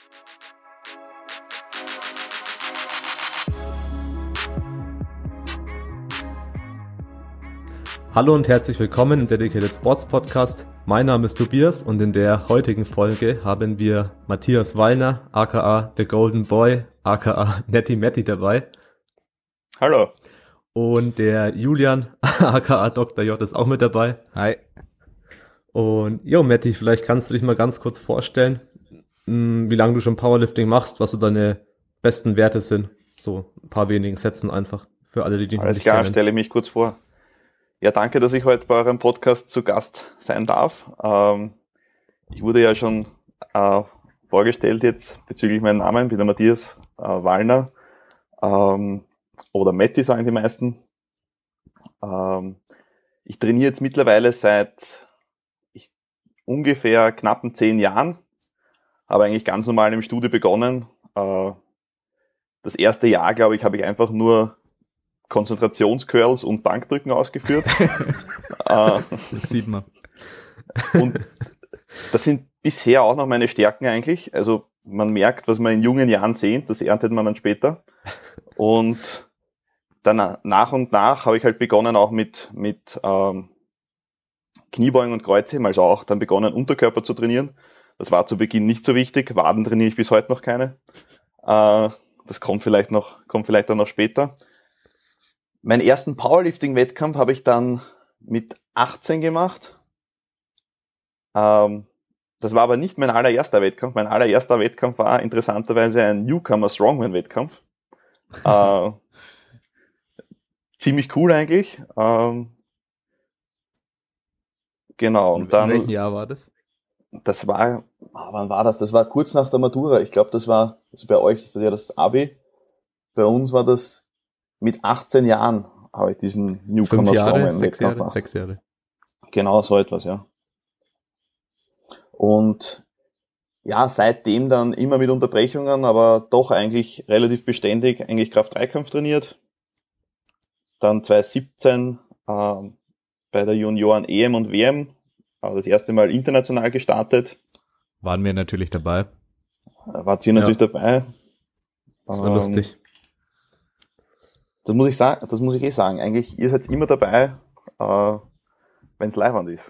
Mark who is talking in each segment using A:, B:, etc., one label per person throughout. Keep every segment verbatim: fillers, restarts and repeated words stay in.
A: Hallo und herzlich willkommen im Dedicated Sports Podcast. Mein Name ist Tobias und in der heutigen Folge haben wir Matthias Wallner, aka The Golden Boy, aka Netty Matty dabei.
B: Hallo.
A: Und der Julian, aka Doktor J, ist auch mit dabei.
C: Hi.
A: Und jo, Matty, vielleicht kannst du dich mal ganz kurz vorstellen, wie lange du schon Powerlifting machst, was so deine besten Werte sind. So ein paar wenigen Sätzen einfach für alle, die dich
B: Alles
A: nicht
B: klar,
A: kennen.
B: stelle mich kurz vor. Ja, danke, dass ich heute bei eurem Podcast zu Gast sein darf. Ähm, ich wurde ja schon äh, vorgestellt jetzt bezüglich meinem Namen, bin der Matthias äh, Wallner. Ähm, oder Matti sagen die meisten. Ähm, ich trainiere jetzt mittlerweile seit ich, ungefähr knappen zehn Jahren. Habe eigentlich ganz normal im Studio begonnen. Äh, das erste Jahr, glaube ich, habe ich einfach nur Konzentrationscurls und Bankdrücken ausgeführt. äh,
C: Das sieht man.
B: Und das sind bisher auch noch meine Stärken eigentlich. Also man merkt, was man in jungen Jahren sehen, das erntet man dann später. Und dann nach und nach habe ich halt begonnen auch mit mit ähm, Kniebeugen und Kreuzheben, also auch dann begonnen Unterkörper zu trainieren. Das war zu Beginn nicht so wichtig. Waden trainiere ich bis heute noch keine. Äh, das kommt vielleicht noch, kommt vielleicht dann noch später. Meinen ersten Powerlifting-Wettkampf habe ich dann mit achtzehn gemacht. Ähm, das war aber nicht mein allererster Wettkampf. Mein allererster Wettkampf war interessanterweise ein Newcomer Strongman-Wettkampf. äh, ziemlich cool eigentlich. Ähm, genau. Und dann,
C: in welchem Jahr war das?
B: Das war, ah, wann war das? Das war kurz nach der Matura. Ich glaube, das war, also bei euch ist das ja das Abi. Bei uns war das mit achtzehn Jahren habe ich diesen Newcomer
C: Fünf Jahre,
B: Strongman
C: sechs
B: Wettkampf
C: Jahre, sechs Jahre.
B: Genau, so etwas, ja. Und ja, seitdem dann immer mit Unterbrechungen, aber doch eigentlich relativ beständig eigentlich Kraft-Dreikampf trainiert. Dann zwanzig siebzehn äh, bei der Junioren-E M und W M äh, das erste Mal international gestartet.
C: Waren wir natürlich dabei.
B: Wart ihr natürlich
A: Ja.
B: dabei.
A: Das war
B: Ähm,
A: lustig.
B: Das muss ich sagen, das muss ich eh sagen. Eigentlich, ihr seid immer dabei, äh, wenn es leiwand ist.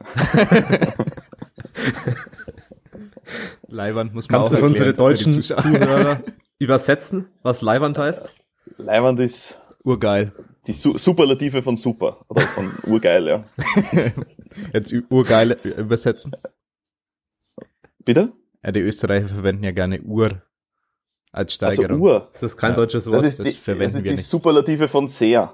C: Leiwand muss man
A: Kannst
C: auch
A: du für unsere
C: erklären, für die
A: deutschen
C: Zuschauer.
A: Zuhörer übersetzen, was Leiwand heißt?
B: Leiwand ist
C: Urgeil.
B: die Su- Superlative von super. Oder von urgeil, ja.
C: Jetzt ü- urgeil übersetzen.
B: Bitte?
C: Ja, die Österreicher verwenden ja gerne Ur als
B: Also
C: Steigerung.
B: Ur.
A: Das ist kein
C: Ja.
A: deutsches
B: Das
A: Wort.
B: ist
C: das
B: die,
C: verwenden
B: das ist
C: wir
B: die
C: nicht.
B: Superlative von sehr.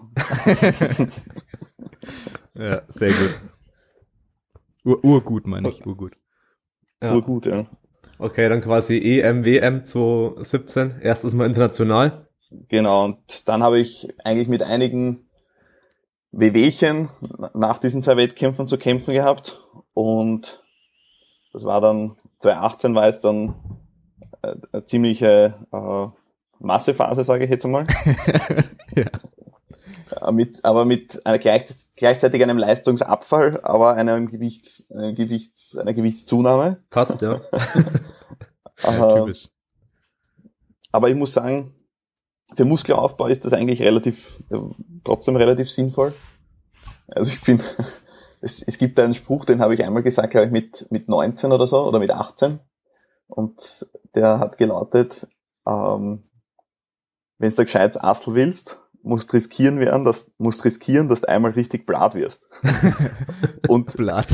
C: Ja, sehr gut. Ur, urgut meine ich, urgut.
A: Ja.
B: Urgut, ja.
A: Okay, dann quasi E M, W M zwanzig siebzehn, erstes Mal international.
B: Genau, und dann habe ich eigentlich mit einigen Wehwehchen nach diesen zwei Wettkämpfen zu kämpfen gehabt. Und das war dann, zwanzig achtzehn war es dann äh, eine ziemliche äh, Massephase, sage ich jetzt einmal.
C: Ja.
B: Äh, Mit, aber mit einer gleich, gleichzeitig einem Leistungsabfall, aber einem Gewichts, einem Gewichts, einer Gewichtszunahme.
A: Passt, ja.
C: Ja,
B: Äh,
C: typisch.
B: aber ich muss sagen, für Muskelaufbau ist das eigentlich relativ, äh, trotzdem relativ sinnvoll. Also ich finde, es, es gibt einen Spruch, den habe ich einmal gesagt, glaube ich, mit, mit neunzehn oder so, oder mit achtzehn. Und der hat gelautet, ähm, wenn du da gescheit Astel willst, musst riskieren werden, dass, musst riskieren, dass du einmal richtig blatt wirst. Und
C: Blatt.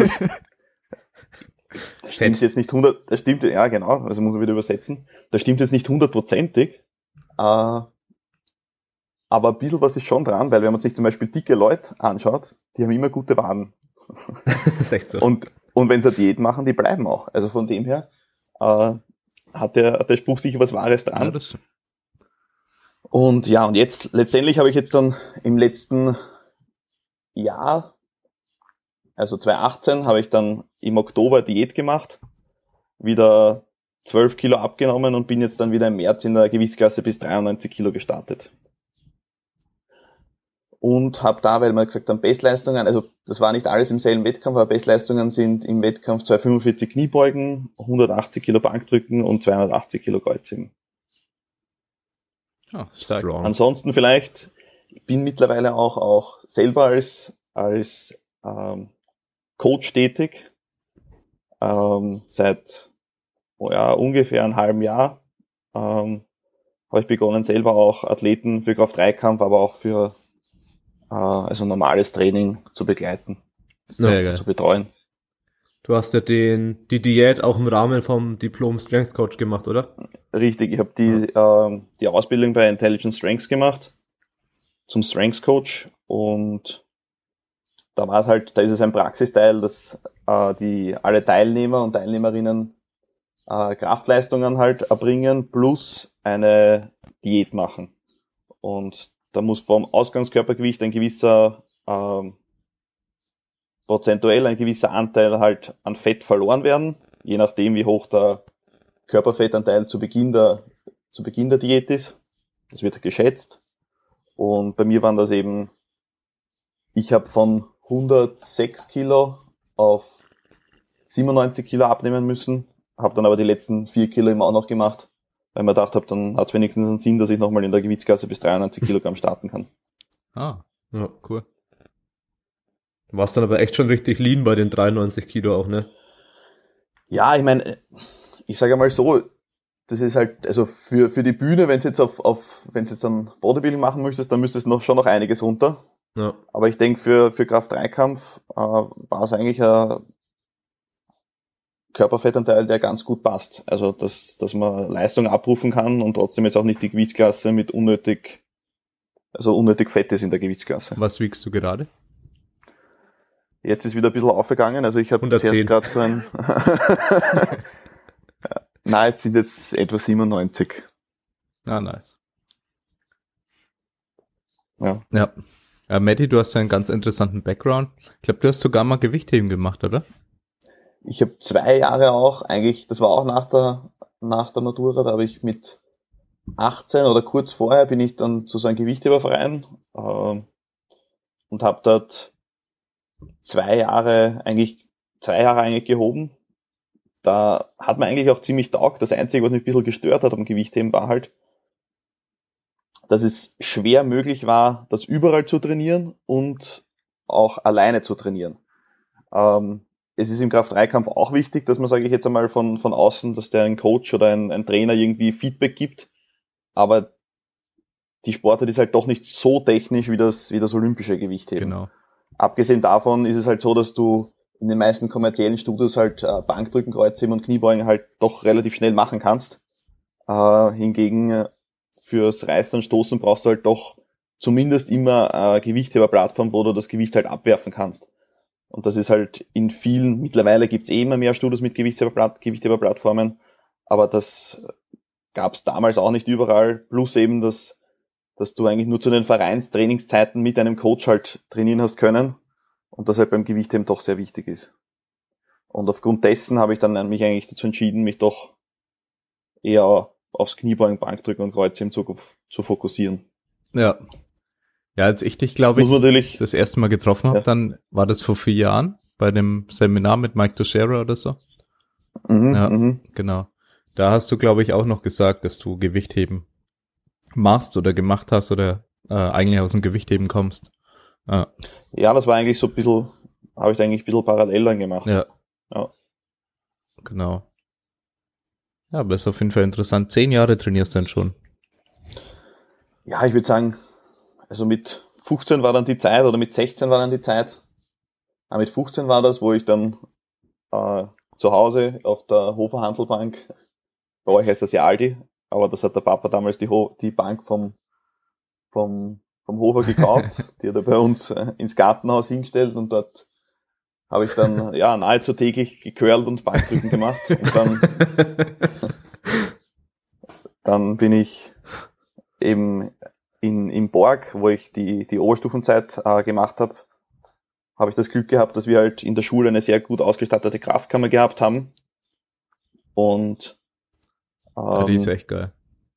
B: das stimmt jetzt nicht hundert, das stimmt, ja genau, also muss man wieder übersetzen. Das stimmt jetzt nicht hundertprozentig, äh, aber ein bisschen was ist schon dran, weil wenn man sich zum Beispiel dicke Leute anschaut, die haben immer gute Waden.
A: Das ist echt so.
B: Und, und wenn sie eine Diät machen, die bleiben auch. Also von dem her äh, hat, der, hat der Spruch sicher was Wahres dran.
C: Ja, das stimmt.
B: Und ja, und jetzt, letztendlich habe ich jetzt dann im letzten Jahr, also zwanzig achtzehn, habe ich dann im Oktober Diät gemacht, wieder zwölf Kilo abgenommen und bin jetzt dann wieder im März in der Gewichtsklasse bis dreiundneunzig Kilo gestartet. und habe da, weil wir gesagt haben, Bestleistungen, also das war nicht alles im selben Wettkampf, aber Bestleistungen sind im Wettkampf zweihundertfünfundvierzig Kniebeugen, hundertachtzig Kilo Bankdrücken und zweihundertachtzig Kilo Kreuzheben.
C: Oh, stark.
A: Strong.
B: Ansonsten vielleicht, ich bin mittlerweile auch, auch selber als, als ähm, Coach tätig, ähm, seit oh ja, ungefähr einem halben Jahr ähm, habe ich begonnen, selber auch Athleten für Kraft-Dreikampf, aber auch für äh, also normales Training zu begleiten,
C: Sehr
A: Ja.
C: geil.
B: zu betreuen.
A: Du hast ja den, die Diät auch im Rahmen vom Diplom Strength Coach gemacht, oder?
B: Richtig, ich habe die, ähm, die Ausbildung bei Intelligent Strengths gemacht zum Strengths Coach und da war es halt, da ist es ein Praxisteil, dass äh, die alle Teilnehmer und Teilnehmerinnen äh, Kraftleistungen halt erbringen plus eine Diät machen. Und da muss vom Ausgangskörpergewicht ein gewisser ähm, prozentuell ein gewisser Anteil halt an Fett verloren werden, je nachdem wie hoch der Körperfettanteil zu Beginn der zu Beginn der Diät ist. Das wird geschätzt. Und bei mir waren das eben, ich habe von hundertsechs Kilo auf siebenundneunzig Kilo abnehmen müssen, habe dann aber die letzten vier Kilo immer auch noch gemacht, weil ich mir gedacht habe, dann hat es wenigstens einen Sinn, dass ich nochmal in der Gewichtsklasse bis dreiundneunzig Kilogramm starten kann.
C: Ah,
A: Ja.
C: cool.
A: Du warst dann aber echt schon richtig lean bei den dreiundneunzig Kilo auch, ne?
B: Ja, ich meine, ich sage mal so, das ist halt, also für für die Bühne, wenn es jetzt auf, auf wenn jetzt dann Bodybuilding machen möchtest, dann müsste es noch schon noch einiges runter.
A: Ja.
B: Aber ich denke, für für Kraft-Dreikampf äh, war es eigentlich ein Körperfettanteil, der ganz gut passt. Also, dass, dass man Leistung abrufen kann und trotzdem jetzt auch nicht die Gewichtsklasse mit unnötig, also unnötig Fett ist in der Gewichtsklasse.
C: Was wiegst du gerade?
B: Jetzt ist wieder ein bisschen aufgegangen, also ich habe
A: hundertzehn.
B: zuerst gerade so ein, nein, jetzt sind jetzt etwa siebenundneunzig.
C: Ah, nice.
B: Ja.
C: Ja. Äh, Matti, du hast ja einen ganz interessanten Background. Ich glaube, du hast sogar mal Gewichtheben gemacht, oder?
B: Ich habe zwei Jahre auch, eigentlich, das war auch nach der, nach der Matura, da habe ich mit achtzehn oder kurz vorher bin ich dann zu so einem Gewichtheberverein äh, und habe dort zwei Jahre eigentlich, zwei Jahre eigentlich gehoben. Da hat man eigentlich auch ziemlich taugt. Das Einzige, was mich ein bisschen gestört hat am Gewichtheben, war halt, dass es schwer möglich war, das überall zu trainieren und auch alleine zu trainieren. Ähm, es ist im Kraft-Dreikampf auch wichtig, dass man, sage ich jetzt einmal, von, von außen, dass der ein Coach oder ein, ein Trainer irgendwie Feedback gibt. Aber die Sportart ist halt doch nicht so technisch wie das, wie das olympische Gewichtheben.
C: Genau.
B: Abgesehen davon ist es halt so, dass du in den meisten kommerziellen Studios halt äh, Bankdrücken, Kreuzheben und Kniebeugen halt doch relativ schnell machen kannst. Äh, hingegen äh, fürs Reißen und Stoßen brauchst du halt doch zumindest immer eine Gewichtheberplattform, wo du das Gewicht halt abwerfen kannst. Und das ist halt in vielen, mittlerweile gibt's eh immer mehr Studios mit Gewichtsheberplatt, Gewichtheberplattformen, aber das gab's damals auch nicht überall. Plus eben, dass, dass du eigentlich nur zu den Vereinstrainingszeiten mit einem Coach halt trainieren hast können und das halt beim Gewichtheben doch sehr wichtig ist. Und aufgrund dessen habe ich dann mich eigentlich dazu entschieden, mich doch eher aufs Kniebeugen, Bankdrücken und Kreuzheben zu, zu fokussieren.
C: Ja. Ja, als ich dich, glaube ich,
B: Muss natürlich,
C: das erste Mal getroffen habe,
B: Ja.
C: dann war das vor vier Jahren bei dem Seminar mit Mike Teixeira oder so.
B: mhm,
C: Ja.
B: mhm.
C: Genau. Da hast du, glaube ich, auch noch gesagt, dass du Gewichtheben machst oder gemacht hast oder äh, eigentlich aus dem Gewichtheben kommst. Ja.
B: Ja, das war eigentlich so ein bisschen, habe ich eigentlich ein bisschen parallel dann gemacht.
C: Ja.
B: Ja.
C: Genau. Ja, aber ist auf jeden Fall interessant. Zehn Jahre trainierst du dann schon.
B: Ja, ich würde sagen, also mit fünfzehn war dann die Zeit, oder mit sechzehn war dann die Zeit. Aber mit fünfzehn war das, wo ich dann äh, zu Hause auf der Hofer Handelbank, bei euch heißt das ja Aldi, aber das hat der Papa damals die, Ho- die Bank vom, vom, vom Hofer gekauft. Die hat er bei uns äh, ins Gartenhaus hingestellt und dort habe ich dann ja nahezu täglich gecurlt und Bankdrücken gemacht. Und dann, dann bin ich eben in, in Borg, wo ich die, die Oberstufenzeit äh, gemacht habe, habe ich das Glück gehabt, dass wir halt in der Schule eine sehr gut ausgestattete Kraftkammer gehabt haben. Und ähm,
C: Ja, die ist echt geil.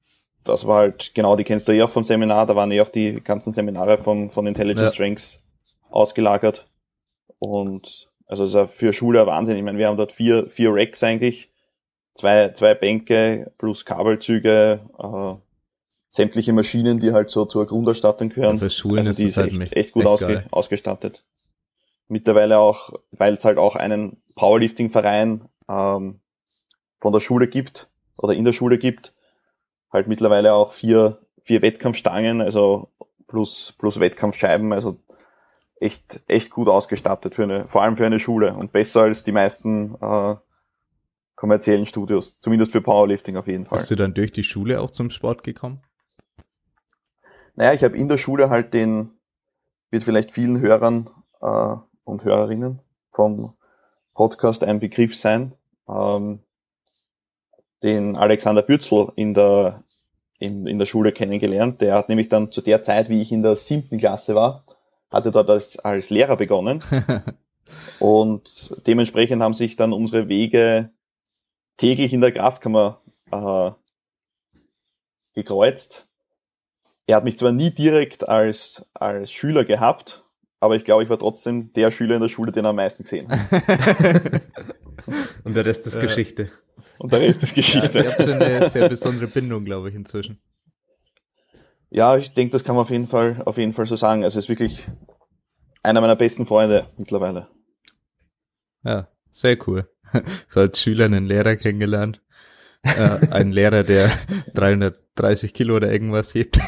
B: das war halt, genau, die kennst du eh auch vom Seminar, da waren eh auch die ganzen Seminare von, von Intelligence
C: Ja.
B: Strengths ausgelagert. Und also es ist ja für Schule ein Wahnsinn. Ich meine, wir haben dort vier, vier Racks eigentlich, zwei, zwei Bänke plus Kabelzüge, äh, sämtliche Maschinen, die halt so zur Grundausstattung gehören.
C: Und für Schulen
B: also
C: ist
B: die
C: es halt
B: echt,
C: echt,
B: echt gut
C: echt
B: ausge,
C: geil.
B: ausgestattet. Mittlerweile auch, weil es halt auch einen Powerlifting-Verein ähm, von der Schule gibt oder in der Schule gibt, halt mittlerweile auch vier, vier Wettkampfstangen, also plus, plus Wettkampfscheiben, also echt, echt gut ausgestattet für eine, vor allem für eine Schule und besser als die meisten äh, kommerziellen Studios, zumindest für Powerlifting auf jeden Fall.
C: Bist du dann durch die Schule auch zum Sport gekommen?
B: Naja, ich habe in der Schule halt den, wird vielleicht vielen Hörern äh, und Hörerinnen vom Podcast ein Begriff sein, ähm, den Alexander Bürzl in der, in, in der Schule kennengelernt. Der hat nämlich dann zu der Zeit, wie ich in der siebten Klasse war, hatte dort als, als Lehrer begonnen. Und dementsprechend haben sich dann unsere Wege täglich in der Kraftkammer äh, gekreuzt. Er hat mich zwar nie direkt als, als Schüler gehabt, aber ich glaube, ich war trotzdem der Schüler in der Schule, den er am meisten gesehen hat.
A: Und der Rest ist
C: Ja.
A: Geschichte.
B: Und der Rest ist Geschichte.
C: Ja, ihr habt schon eine sehr besondere Bindung, glaube ich, inzwischen.
B: Ja, ich denke, das kann man auf jeden Fall, auf jeden Fall so sagen. Also es ist wirklich einer meiner besten Freunde mittlerweile.
C: Ja, sehr cool. So als Schüler einen Lehrer kennengelernt. Äh, ein Lehrer, der dreihundertdreißig Kilo oder irgendwas hebt.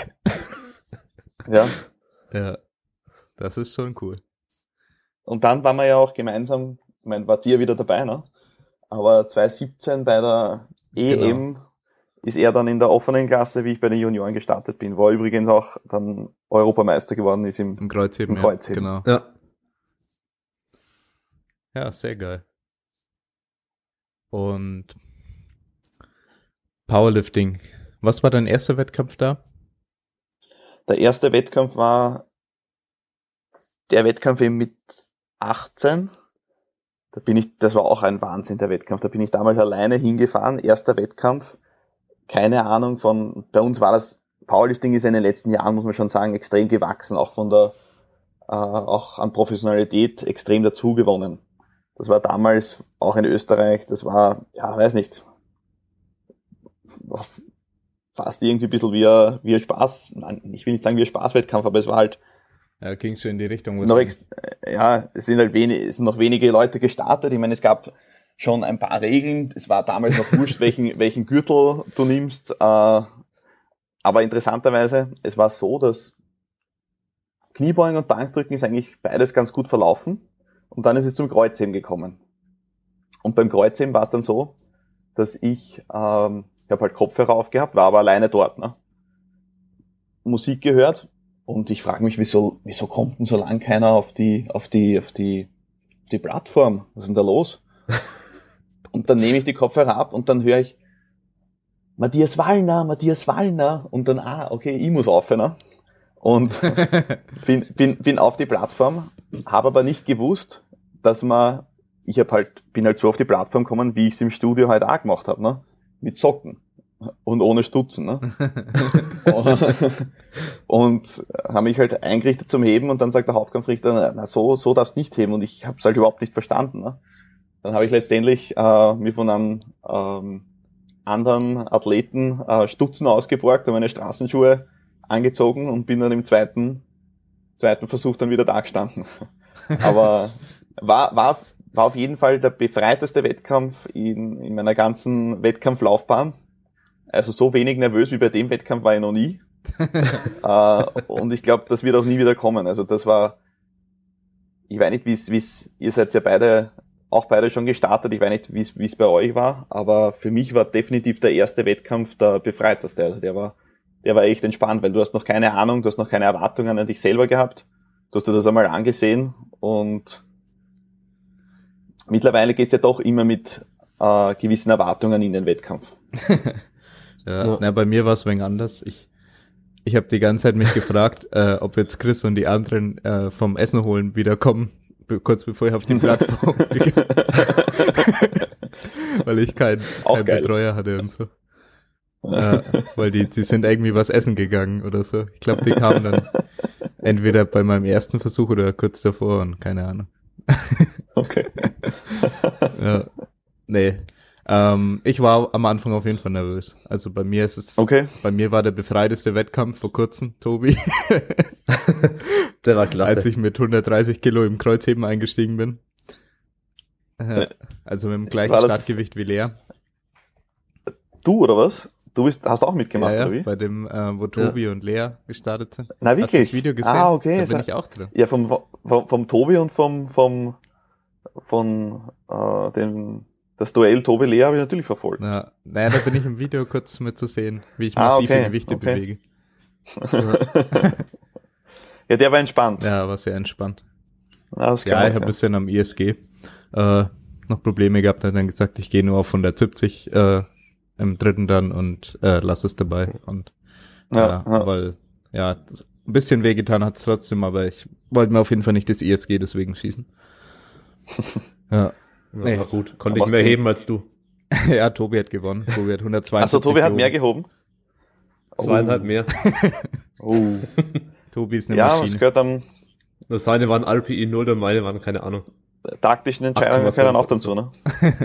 B: Ja.
C: Ja, das ist schon cool.
B: Und dann waren wir ja auch gemeinsam, ich meine, wart ihr wieder dabei, ne? Aber zwanzig siebzehn bei der E M
C: Genau.
B: ist er dann in der offenen Klasse, wie ich bei den Junioren gestartet bin, wo er übrigens auch dann Europameister geworden ist im,
C: Im Kreuzheben,
B: im Kreuzheben.
C: Ja, genau.
A: Ja.
C: Ja, sehr geil. Und Powerlifting. Was war dein erster Wettkampf da?
B: Der erste Wettkampf war der Wettkampf eben mit achtzehn. Da bin ich, das war auch ein Wahnsinn, der Wettkampf. Da bin ich damals alleine hingefahren, erster Wettkampf. Keine Ahnung von, bei uns war das, Powerlifting ist in den letzten Jahren, muss man schon sagen, extrem gewachsen, auch von der, äh, auch an Professionalität extrem dazu gewonnen. Das war damals auch in Österreich, das war, ja, weiß nicht, fast irgendwie ein bisschen wie ein, wie ein Spaß, nein, ich will nicht sagen wie ein Spaßwettkampf, aber es war halt,
C: Ja, ging schon in die Richtung.
B: noch ex- ja, es sind halt wenig, es sind noch wenige Leute gestartet. Ich meine, es gab schon ein paar Regeln. Es war damals noch wurscht, welchen, welchen Gürtel du nimmst. Äh, aber interessanterweise, es war so, dass Kniebeugen und Bankdrücken ist eigentlich beides ganz gut verlaufen. Und dann ist es zum Kreuzheben gekommen. Und beim Kreuzheben war es dann so, dass ich, ähm, ich habe halt Kopfhörer aufgehabt, war aber alleine dort, ne? Musik gehört. Und ich frage mich, wieso, wieso kommt denn so lang keiner auf die, auf die, auf die, auf die Plattform? Was ist denn da los? Und dann nehme ich die Kopfhörer ab und dann höre ich Matthias Wallner, Matthias Wallner und dann, ah, okay, ich muss aufhören. Ne? Und bin, bin, bin auf die Plattform, habe aber nicht gewusst, dass man, ich hab halt, bin halt so auf die Plattform gekommen, wie ich es im Studio halt auch gemacht habe, ne? Mit Socken. Und ohne Stutzen, ne? Und habe mich halt eingerichtet zum Heben und dann sagt der Hauptkampfrichter, na so, so darfst du nicht heben und ich habe es halt überhaupt nicht verstanden. Ne? Dann habe ich letztendlich äh, mir von einem ähm, anderen Athleten äh, Stutzen ausgeborgt und meine Straßenschuhe angezogen und bin dann im zweiten zweiten Versuch dann wieder da gestanden. Aber war, war, war auf jeden Fall der befreiteste Wettkampf in, in meiner ganzen Wettkampflaufbahn. Also so wenig nervös wie bei dem Wettkampf war ich noch nie. äh, und ich glaube, das wird auch nie wieder kommen. Also das war, ich weiß nicht, wie es, wie es, ihr seid ja beide, auch beide schon gestartet, ich weiß nicht, wie es, wie es bei euch war, aber für mich war definitiv der erste Wettkampf der befreiteste. Also der war, der war echt entspannt, weil du hast noch keine Ahnung, du hast noch keine Erwartungen an dich selber gehabt. Du hast dir das einmal angesehen und mittlerweile geht's ja doch immer mit äh, gewissen Erwartungen in den Wettkampf.
C: Ja,
A: Ja.
C: Na, bei mir war es ein wenig anders. Ich, ich habe die ganze Zeit mich gefragt, äh, ob jetzt Chris und die anderen äh, vom Essen holen wiederkommen, be- kurz bevor ich auf die Plattform gehe. Weil ich keinen
B: Auch
C: kein
B: geil.
C: Betreuer hatte und so. Ja, weil die, die sind irgendwie was essen gegangen oder so. Ich glaube, die kamen dann entweder bei meinem ersten Versuch oder kurz davor und keine Ahnung.
B: Okay.
C: Ja. Nee. Ähm, ich war am Anfang auf jeden Fall nervös. Also bei mir ist es,
B: Okay.
C: bei mir war der befreiteste Wettkampf vor kurzem, Tobi.
A: Der war klasse.
C: Als ich mit hundertdreißig Kilo im Kreuzheben eingestiegen bin. Äh, also mit dem gleichen
B: War das-
C: Startgewicht wie Lea.
B: Du, oder was? Du bist, hast auch mitgemacht,
C: Ja, ja,
B: oder wie?
C: bei dem, äh, wo Tobi und Lea gestartet sind.
B: Na,
C: Hast du
B: wirklich?
C: das Video gesehen?
B: Ah, okay.
C: Da bin
B: So-
C: ich auch drin.
B: Ja, vom, vom, vom Tobi und vom, vom, von, äh, dem, das Duell Tobi-Lea habe ich natürlich verfolgt.
C: Na, naja, da bin ich im Video kurz mit zu sehen, wie ich
B: Ah,
C: massive
B: okay,
C: Gewichte
B: okay.
C: bewege.
B: Ja, der war entspannt.
C: Ja, war sehr entspannt.
B: Ah, das kann
C: Ja,
B: man,
C: ich habe ein bisschen am I S G äh, noch Probleme gehabt, hat dann gesagt, ich gehe nur auf hundertsiebzig äh, im dritten dann und äh, lass es dabei. Und
B: Ja,
C: ja,
B: ja.
C: weil ja, das, ein bisschen wehgetan hat es trotzdem, aber ich wollte mir auf jeden Fall nicht das I S G deswegen schießen. Ja. Nee.
A: Ja, gut. Konnte
B: Aber
A: ich mehr
B: Sinn.
A: heben als du.
C: Ja, Tobi hat gewonnen. Tobi hat hundertzweiundsiebzig
B: Achso, Tobi hat
C: gehoben.
B: mehr gehoben.
A: Zweieinhalb mehr.
B: Oh.
C: Tobi ist eine
B: Ja, das
C: Maschine.
B: gehört am
A: Das seine waren R P I null und meine waren keine Ahnung.
B: taktischen Entscheidungen
A: acht Komma
B: gehören auch
A: fünf
B: dazu, ne?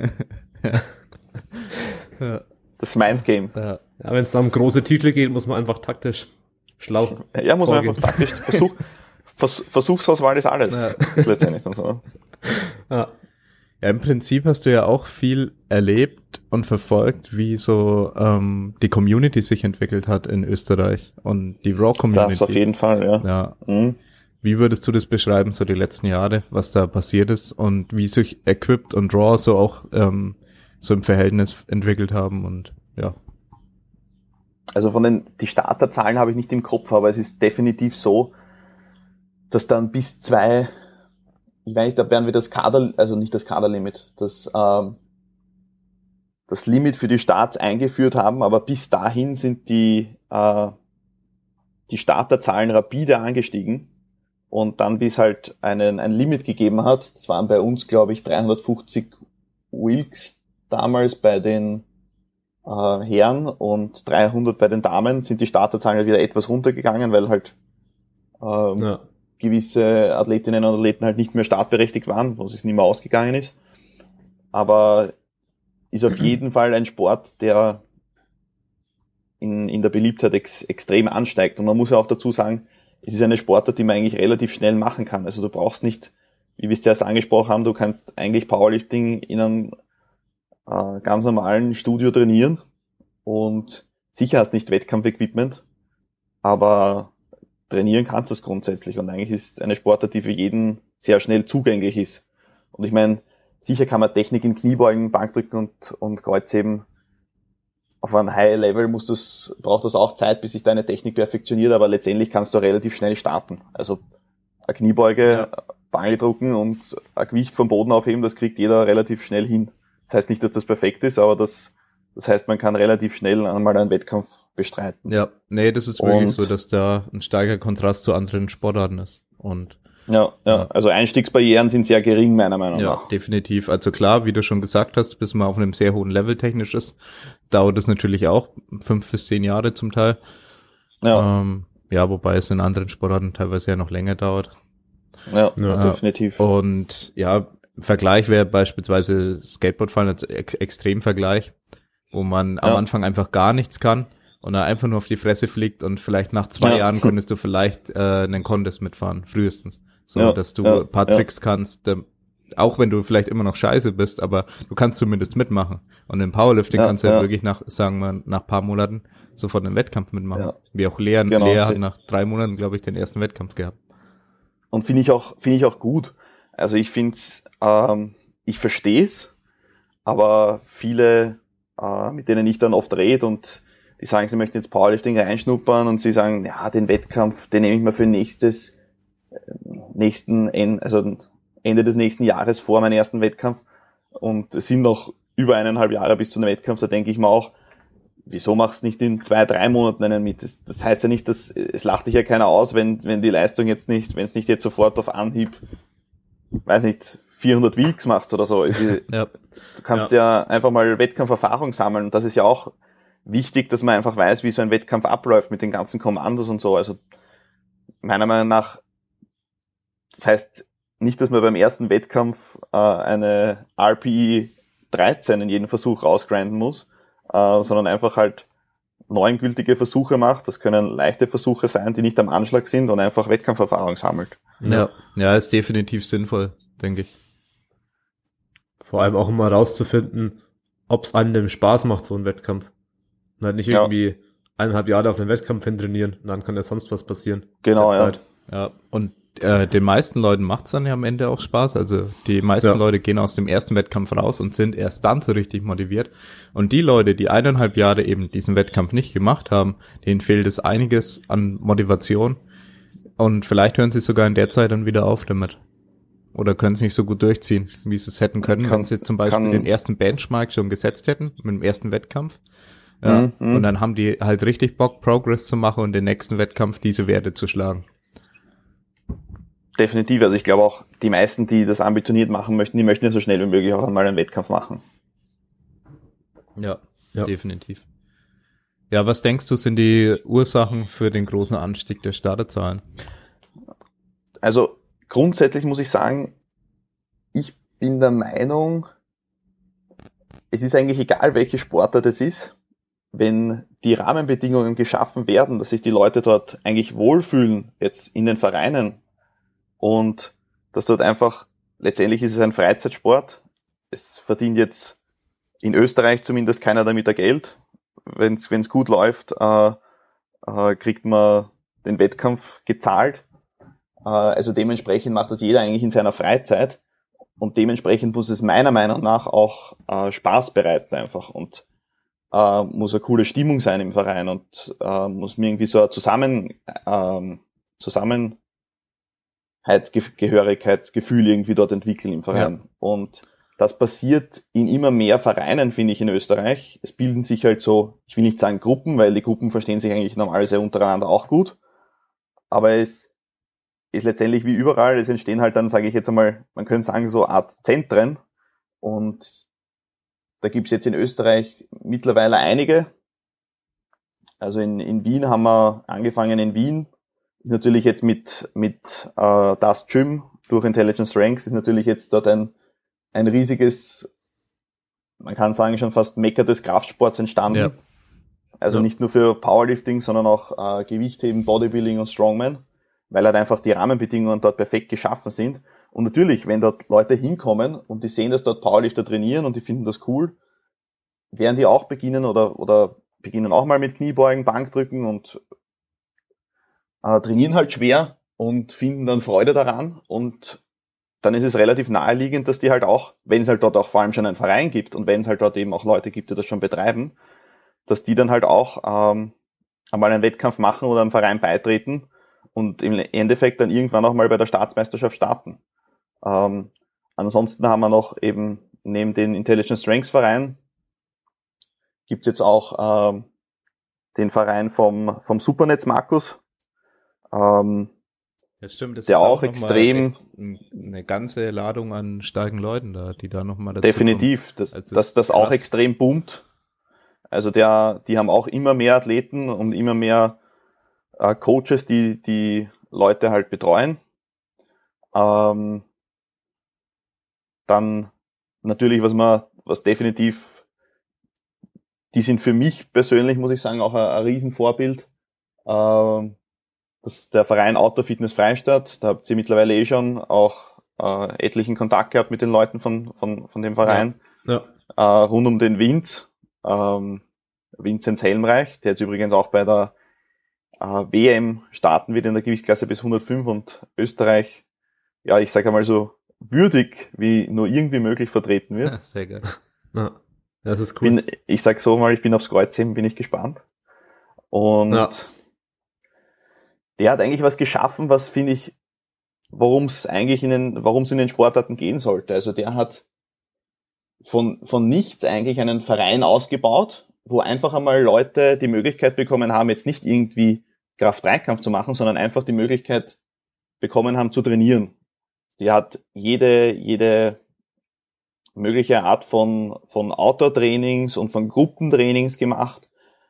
C: Ja,
B: Das Mindgame.
C: ja.
A: Ja, wenn es da um große Titel geht, muss man einfach taktisch schlau.
B: Ja, muss man
A: Vorgehen.
B: einfach taktisch, Versuch, Vers, Versuchsauswahl ist alles.
C: Ja.
B: Das ist letztendlich dann so. Ne?
A: Ja.
C: Ja, im Prinzip hast du ja auch viel erlebt und verfolgt, wie so ähm, die Community sich entwickelt hat in Österreich und die Raw-Community.
B: Das auf jeden Fall, ja.
C: Ja.
B: Mhm.
C: Wie würdest du das beschreiben, so die letzten Jahre, was da passiert ist und wie sich Equipped und Raw so auch ähm, so im Verhältnis entwickelt haben und ja.
B: Also von den, die Starterzahlen habe ich nicht im Kopf, aber es ist definitiv so, dass dann bis zwei, ich meine, da werden wir das Kader, also nicht das Kaderlimit, das, ähm, das Limit für die Starts eingeführt haben, aber bis dahin sind die, äh, die Starterzahlen rapide angestiegen und dann bis halt einen, ein Limit gegeben hat, das waren bei uns, glaube ich, dreihundertfünfzig Wilks damals bei den äh, Herren und dreihundert bei den Damen, sind die Starterzahlen halt wieder etwas runtergegangen, weil halt ähm,
A: Ja.
B: gewisse Athletinnen und Athleten halt nicht mehr startberechtigt waren, wo es nicht mehr ausgegangen ist. Aber ist auf jeden Fall ein Sport, der in, in der Beliebtheit ex, extrem ansteigt. Und man muss ja auch dazu sagen, es ist eine Sportart, die man eigentlich relativ schnell machen kann. Also du brauchst nicht, wie wir es zuerst angesprochen haben, du kannst eigentlich Powerlifting in einem äh, ganz normalen Studio trainieren und sicher hast nicht Wettkampfequipment, aber trainieren kannst du es grundsätzlich und eigentlich ist eine Sportart, die für jeden sehr schnell zugänglich ist. Und ich meine, sicher kann man Technik in Kniebeugen, Bankdrücken und, und Kreuzheben auf einem High Level muss das, braucht das auch Zeit, bis sich deine Technik perfektioniert, aber letztendlich kannst du relativ schnell starten. Also eine Kniebeuge,
A: Ja.
B: Bankdrücken und ein Gewicht vom Boden aufheben, das kriegt jeder relativ schnell hin. Das heißt nicht, dass das perfekt ist, aber das, das heißt, man kann relativ schnell einmal einen Wettkampf bestreiten.
C: Ja, nee, das ist wirklich
B: Und-
C: so, dass da ein starker Kontrast zu anderen Sportarten ist. Und
B: Ja, ja,
C: Ja.
B: also Einstiegsbarrieren sind sehr gering, meiner Meinung
C: ja,
B: nach.
C: definitiv. Also klar, wie du schon gesagt hast, bis man auf einem sehr hohen Level technisch ist, dauert es natürlich auch fünf bis zehn Jahre zum Teil.
B: Ja,
C: Ähm, ja, wobei es in anderen Sportarten teilweise ja noch länger dauert.
B: ja,
A: Ja.
B: definitiv.
C: Und ja, im Vergleich wäre beispielsweise Skateboardfahren als ex Extremvergleich, wo man am
B: Ja.
C: Anfang einfach gar nichts kann und dann einfach nur auf die Fresse fliegt und vielleicht nach zwei
B: Ja.
C: Jahren konntest du vielleicht äh, einen Contest mitfahren, frühestens. So,
B: Ja,
C: dass du
B: ja,
C: ein paar
B: ja.
C: Tricks kannst, ähm, auch wenn du vielleicht immer noch scheiße bist, aber du kannst zumindest mitmachen. Und im Powerlifting
B: Ja,
C: kannst du halt
B: ja.
C: wirklich nach, sagen wir, nach ein paar Monaten sofort einen Wettkampf mitmachen.
B: Ja.
C: Wie auch Lea,
B: Genau.
C: Lea hat nach drei Monaten, glaube ich, den ersten Wettkampf gehabt.
B: Und finde ich auch, finde ich auch gut. Also ich finde, ähm, ich verstehe es, aber viele, äh, mit denen ich dann oft rede und die sagen, sie möchten jetzt Powerlifting reinschnuppern und sie sagen, ja, den Wettkampf, den nehme ich mir für nächstes, äh, nächsten, En- also Ende des nächsten Jahres vor, meinen ersten Wettkampf. Und es sind noch über eineinhalb Jahre bis zu einem Wettkampf, da denke ich mir auch, wieso machst du nicht in zwei, drei Monaten einen mit? Das, das heißt ja nicht, dass, es lacht dich ja keiner aus, wenn, wenn die Leistung jetzt nicht, wenn es nicht jetzt sofort auf Anhieb, weiß nicht, vierhundert Weeks machst oder so. Es ist-
C: Ja.
B: Du kannst ja. einfach mal Wettkampferfahrung sammeln. Und das ist ja auch wichtig, dass man einfach weiß, wie so ein Wettkampf abläuft mit den ganzen Kommandos und so. Also meiner Meinung nach, das heißt nicht, dass man beim ersten Wettkampf äh, eine R P E dreizehn in jedem Versuch rausgrinden muss, äh, sondern einfach halt neun gültige Versuche macht. Das können leichte Versuche sein, die nicht am Anschlag sind und einfach Wettkampferfahrung sammelt.
C: Ja, ja, ist definitiv sinnvoll, denke ich.
A: Vor allem auch immer rauszufinden, ob es einem Spaß macht, so ein Wettkampf. Und halt nicht irgendwie ja. eineinhalb Jahre auf einen Wettkampf hin trainieren und dann kann ja sonst was passieren.
B: Genau, ja.
C: Ja, und äh, den meisten Leuten macht's dann ja am Ende auch Spaß. Also die meisten ja. Leute gehen aus dem ersten Wettkampf raus und sind erst dann so richtig motiviert. Und die Leute, die eineinhalb Jahre eben diesen Wettkampf nicht gemacht haben, denen fehlt es einiges an Motivation. Und vielleicht hören sie sogar in der Zeit dann wieder auf damit. Oder können es nicht so gut durchziehen, wie sie es hätten können, kann, wenn sie zum Beispiel kann, den ersten Benchmark schon gesetzt hätten, mit dem ersten Wettkampf. Ja, mm, und dann haben die halt richtig Bock, Progress zu machen und den nächsten Wettkampf diese Werte zu schlagen.
B: Definitiv. Also ich glaube auch, die meisten, die das ambitioniert machen möchten, die möchten ja so schnell wie möglich auch einmal einen Wettkampf machen.
C: Ja, ja, definitiv. Ja, was denkst du, sind die Ursachen für den großen Anstieg der Starterzahlen?
B: Also grundsätzlich muss ich sagen, ich bin der Meinung, es ist eigentlich egal, welche Sportart es ist, wenn die Rahmenbedingungen geschaffen werden, dass sich die Leute dort eigentlich wohlfühlen, jetzt in den Vereinen, und dass dort einfach, letztendlich ist es ein Freizeitsport, es verdient jetzt in Österreich zumindest keiner damit ein Geld, wenn es gut läuft, äh, äh, kriegt man den Wettkampf gezahlt. Also dementsprechend macht das jeder eigentlich in seiner Freizeit und dementsprechend muss es meiner Meinung nach auch äh, Spaß bereiten einfach und äh, muss eine coole Stimmung sein im Verein und äh, muss mir irgendwie so ein Zusammen, äh, Zusammenhörigkeitsgefühl irgendwie dort entwickeln im Verein. Ja. Und das passiert in immer mehr Vereinen, finde ich, in Österreich. Es bilden sich halt so, ich will nicht sagen Gruppen, weil die Gruppen verstehen sich eigentlich normalerweise untereinander auch gut, aber es ist letztendlich wie überall, es entstehen halt dann, sage ich jetzt einmal, man könnte sagen, so eine Art Zentren und da gibt's jetzt in Österreich mittlerweile einige. Also in, in Wien haben wir angefangen in Wien, ist natürlich jetzt mit mit äh, das Gym durch Intelligence Ranks ist natürlich jetzt dort ein ein riesiges, man kann sagen schon fast Mekka des Kraftsports entstanden. Ja. Also ja. Nicht nur für Powerlifting, sondern auch äh, Gewichtheben, Bodybuilding und Strongman, weil halt einfach die Rahmenbedingungen dort perfekt geschaffen sind. Und natürlich, wenn dort Leute hinkommen und die sehen, dass dort Powerlifter trainieren und die finden das cool, werden die auch beginnen oder oder beginnen auch mal mit Kniebeugen, Bankdrücken und äh, trainieren halt schwer und finden dann Freude daran und dann ist es relativ naheliegend, dass die halt auch, wenn es halt dort auch vor allem schon einen Verein gibt und wenn es halt dort eben auch Leute gibt, die das schon betreiben, dass die dann halt auch ähm, einmal einen Wettkampf machen oder einem Verein beitreten und im Endeffekt dann irgendwann auch mal bei der Staatsmeisterschaft starten. Ähm, ansonsten haben wir noch eben neben den Intelligence Strengths Verein gibt es jetzt auch ähm, den Verein vom vom Supernetz Markus, ähm,
C: das stimmt, das
B: der
C: ist
B: auch, auch
C: extrem eine ganze Ladung an starken Leuten da, die da nochmal dazu
B: definitiv, kommen. Definitiv, dass das auch extrem boomt. Also der, die haben auch immer mehr Athleten und immer mehr äh, Coaches, die die Leute halt betreuen. Ähm, dann natürlich, was man, was definitiv, die sind für mich persönlich, muss ich sagen, auch ein, ein Riesenvorbild. Ähm, das ist der Verein Outdoor Fitness Freistadt. Da habt ihr mittlerweile eh schon auch äh, etlichen Kontakt gehabt mit den Leuten von von von dem Verein. Ja. Ja. Äh, rund um den Wind. Ähm, Vinzenz Helmreich, der jetzt übrigens auch bei der äh, W M starten wird in der Gewichtsklasse bis hundertfünf und Österreich, ja, ich sage einmal so würdig wie nur irgendwie möglich vertreten wird.
C: Ja, sehr geil.
A: Ja, das ist cool.
B: Bin, ich sag so mal, ich bin aufs Kreuzheben, bin ich gespannt. Und ja. Der hat eigentlich was geschaffen, was finde ich, worum es eigentlich in den, warum es in den Sportarten gehen sollte. Also der hat von von nichts eigentlich einen Verein ausgebaut, wo einfach einmal Leute die Möglichkeit bekommen haben, jetzt nicht irgendwie Kraft-Dreikampf zu machen, sondern einfach die Möglichkeit bekommen haben zu trainieren. Die hat jede jede mögliche Art von von Outdoor-Trainings und von Gruppentrainings gemacht.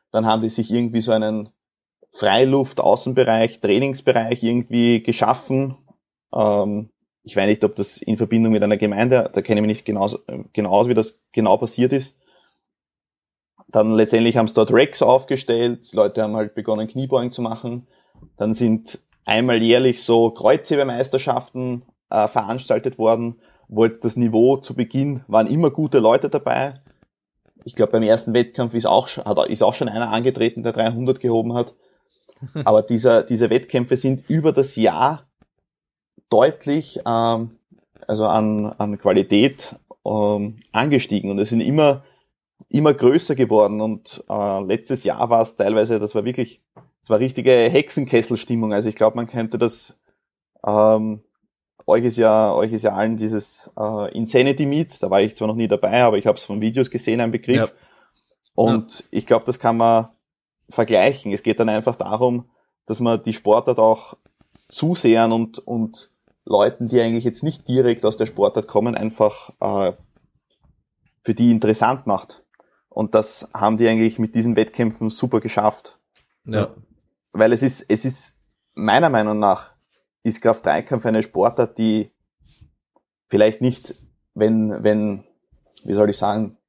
B: Dann haben die sich irgendwie so einen Freiluft-Außenbereich, Trainingsbereich irgendwie geschaffen. Ähm, ich weiß nicht, ob das in Verbindung mit einer Gemeinde, da kenne ich mich nicht genau, genau aus, wie das genau passiert ist. Dann letztendlich haben sie dort Racks aufgestellt, die Leute haben halt begonnen Kniebeugen zu machen. Dann sind einmal jährlich so Kreuzhebemeisterschaften äh, veranstaltet worden, wo jetzt das Niveau zu Beginn waren immer gute Leute dabei. Ich glaube, beim ersten Wettkampf ist auch, hat, ist auch schon einer angetreten, der dreihundert gehoben hat. Aber dieser, diese Wettkämpfe sind über das Jahr deutlich ähm, also an, an Qualität ähm, angestiegen und es sind immer immer größer geworden und äh, letztes Jahr war es teilweise, das war wirklich, das war richtige Hexenkesselstimmung. Also ich glaube, man könnte das ähm, euch ist ja euch ist ja allen dieses äh, Insanity Meets, da war ich zwar noch nie dabei, aber ich habe es von Videos gesehen, ein Begriff. Ja. Und ja. Ich glaube, das kann man vergleichen. Es geht dann einfach darum, dass man die Sportart auch Zusehern und und Leuten, die eigentlich jetzt nicht direkt aus der Sportart kommen, einfach äh, für die interessant macht. Und das haben die eigentlich mit diesen Wettkämpfen super geschafft.
C: Ja.
B: Weil es ist, es ist, meiner Meinung nach, ist Kraft-Dreikampf eine Sportart, die vielleicht nicht, wenn, wenn, wie soll ich sagen,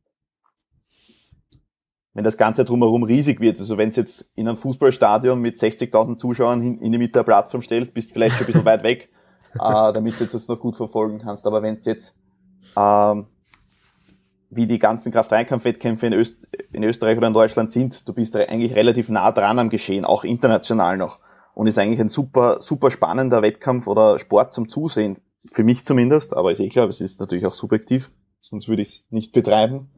B: wenn das Ganze drumherum riesig wird, also wenn es jetzt in einem Fußballstadion mit sechzigtausend Zuschauern in, in die Mitte der Plattform stellst, bist vielleicht schon ein bisschen weit weg, äh, damit du das noch gut verfolgen kannst. Aber wenn es jetzt, ähm, wie die ganzen Kraft-Dreikampf-Wettkämpfe in, Öst- in Österreich oder in Deutschland sind, du bist eigentlich relativ nah dran am Geschehen, auch international noch. Und ist eigentlich ein super, super spannender Wettkampf oder Sport zum Zusehen. Für mich zumindest, aber ist eh klar, es ist natürlich auch subjektiv, sonst würde ich es nicht betreiben.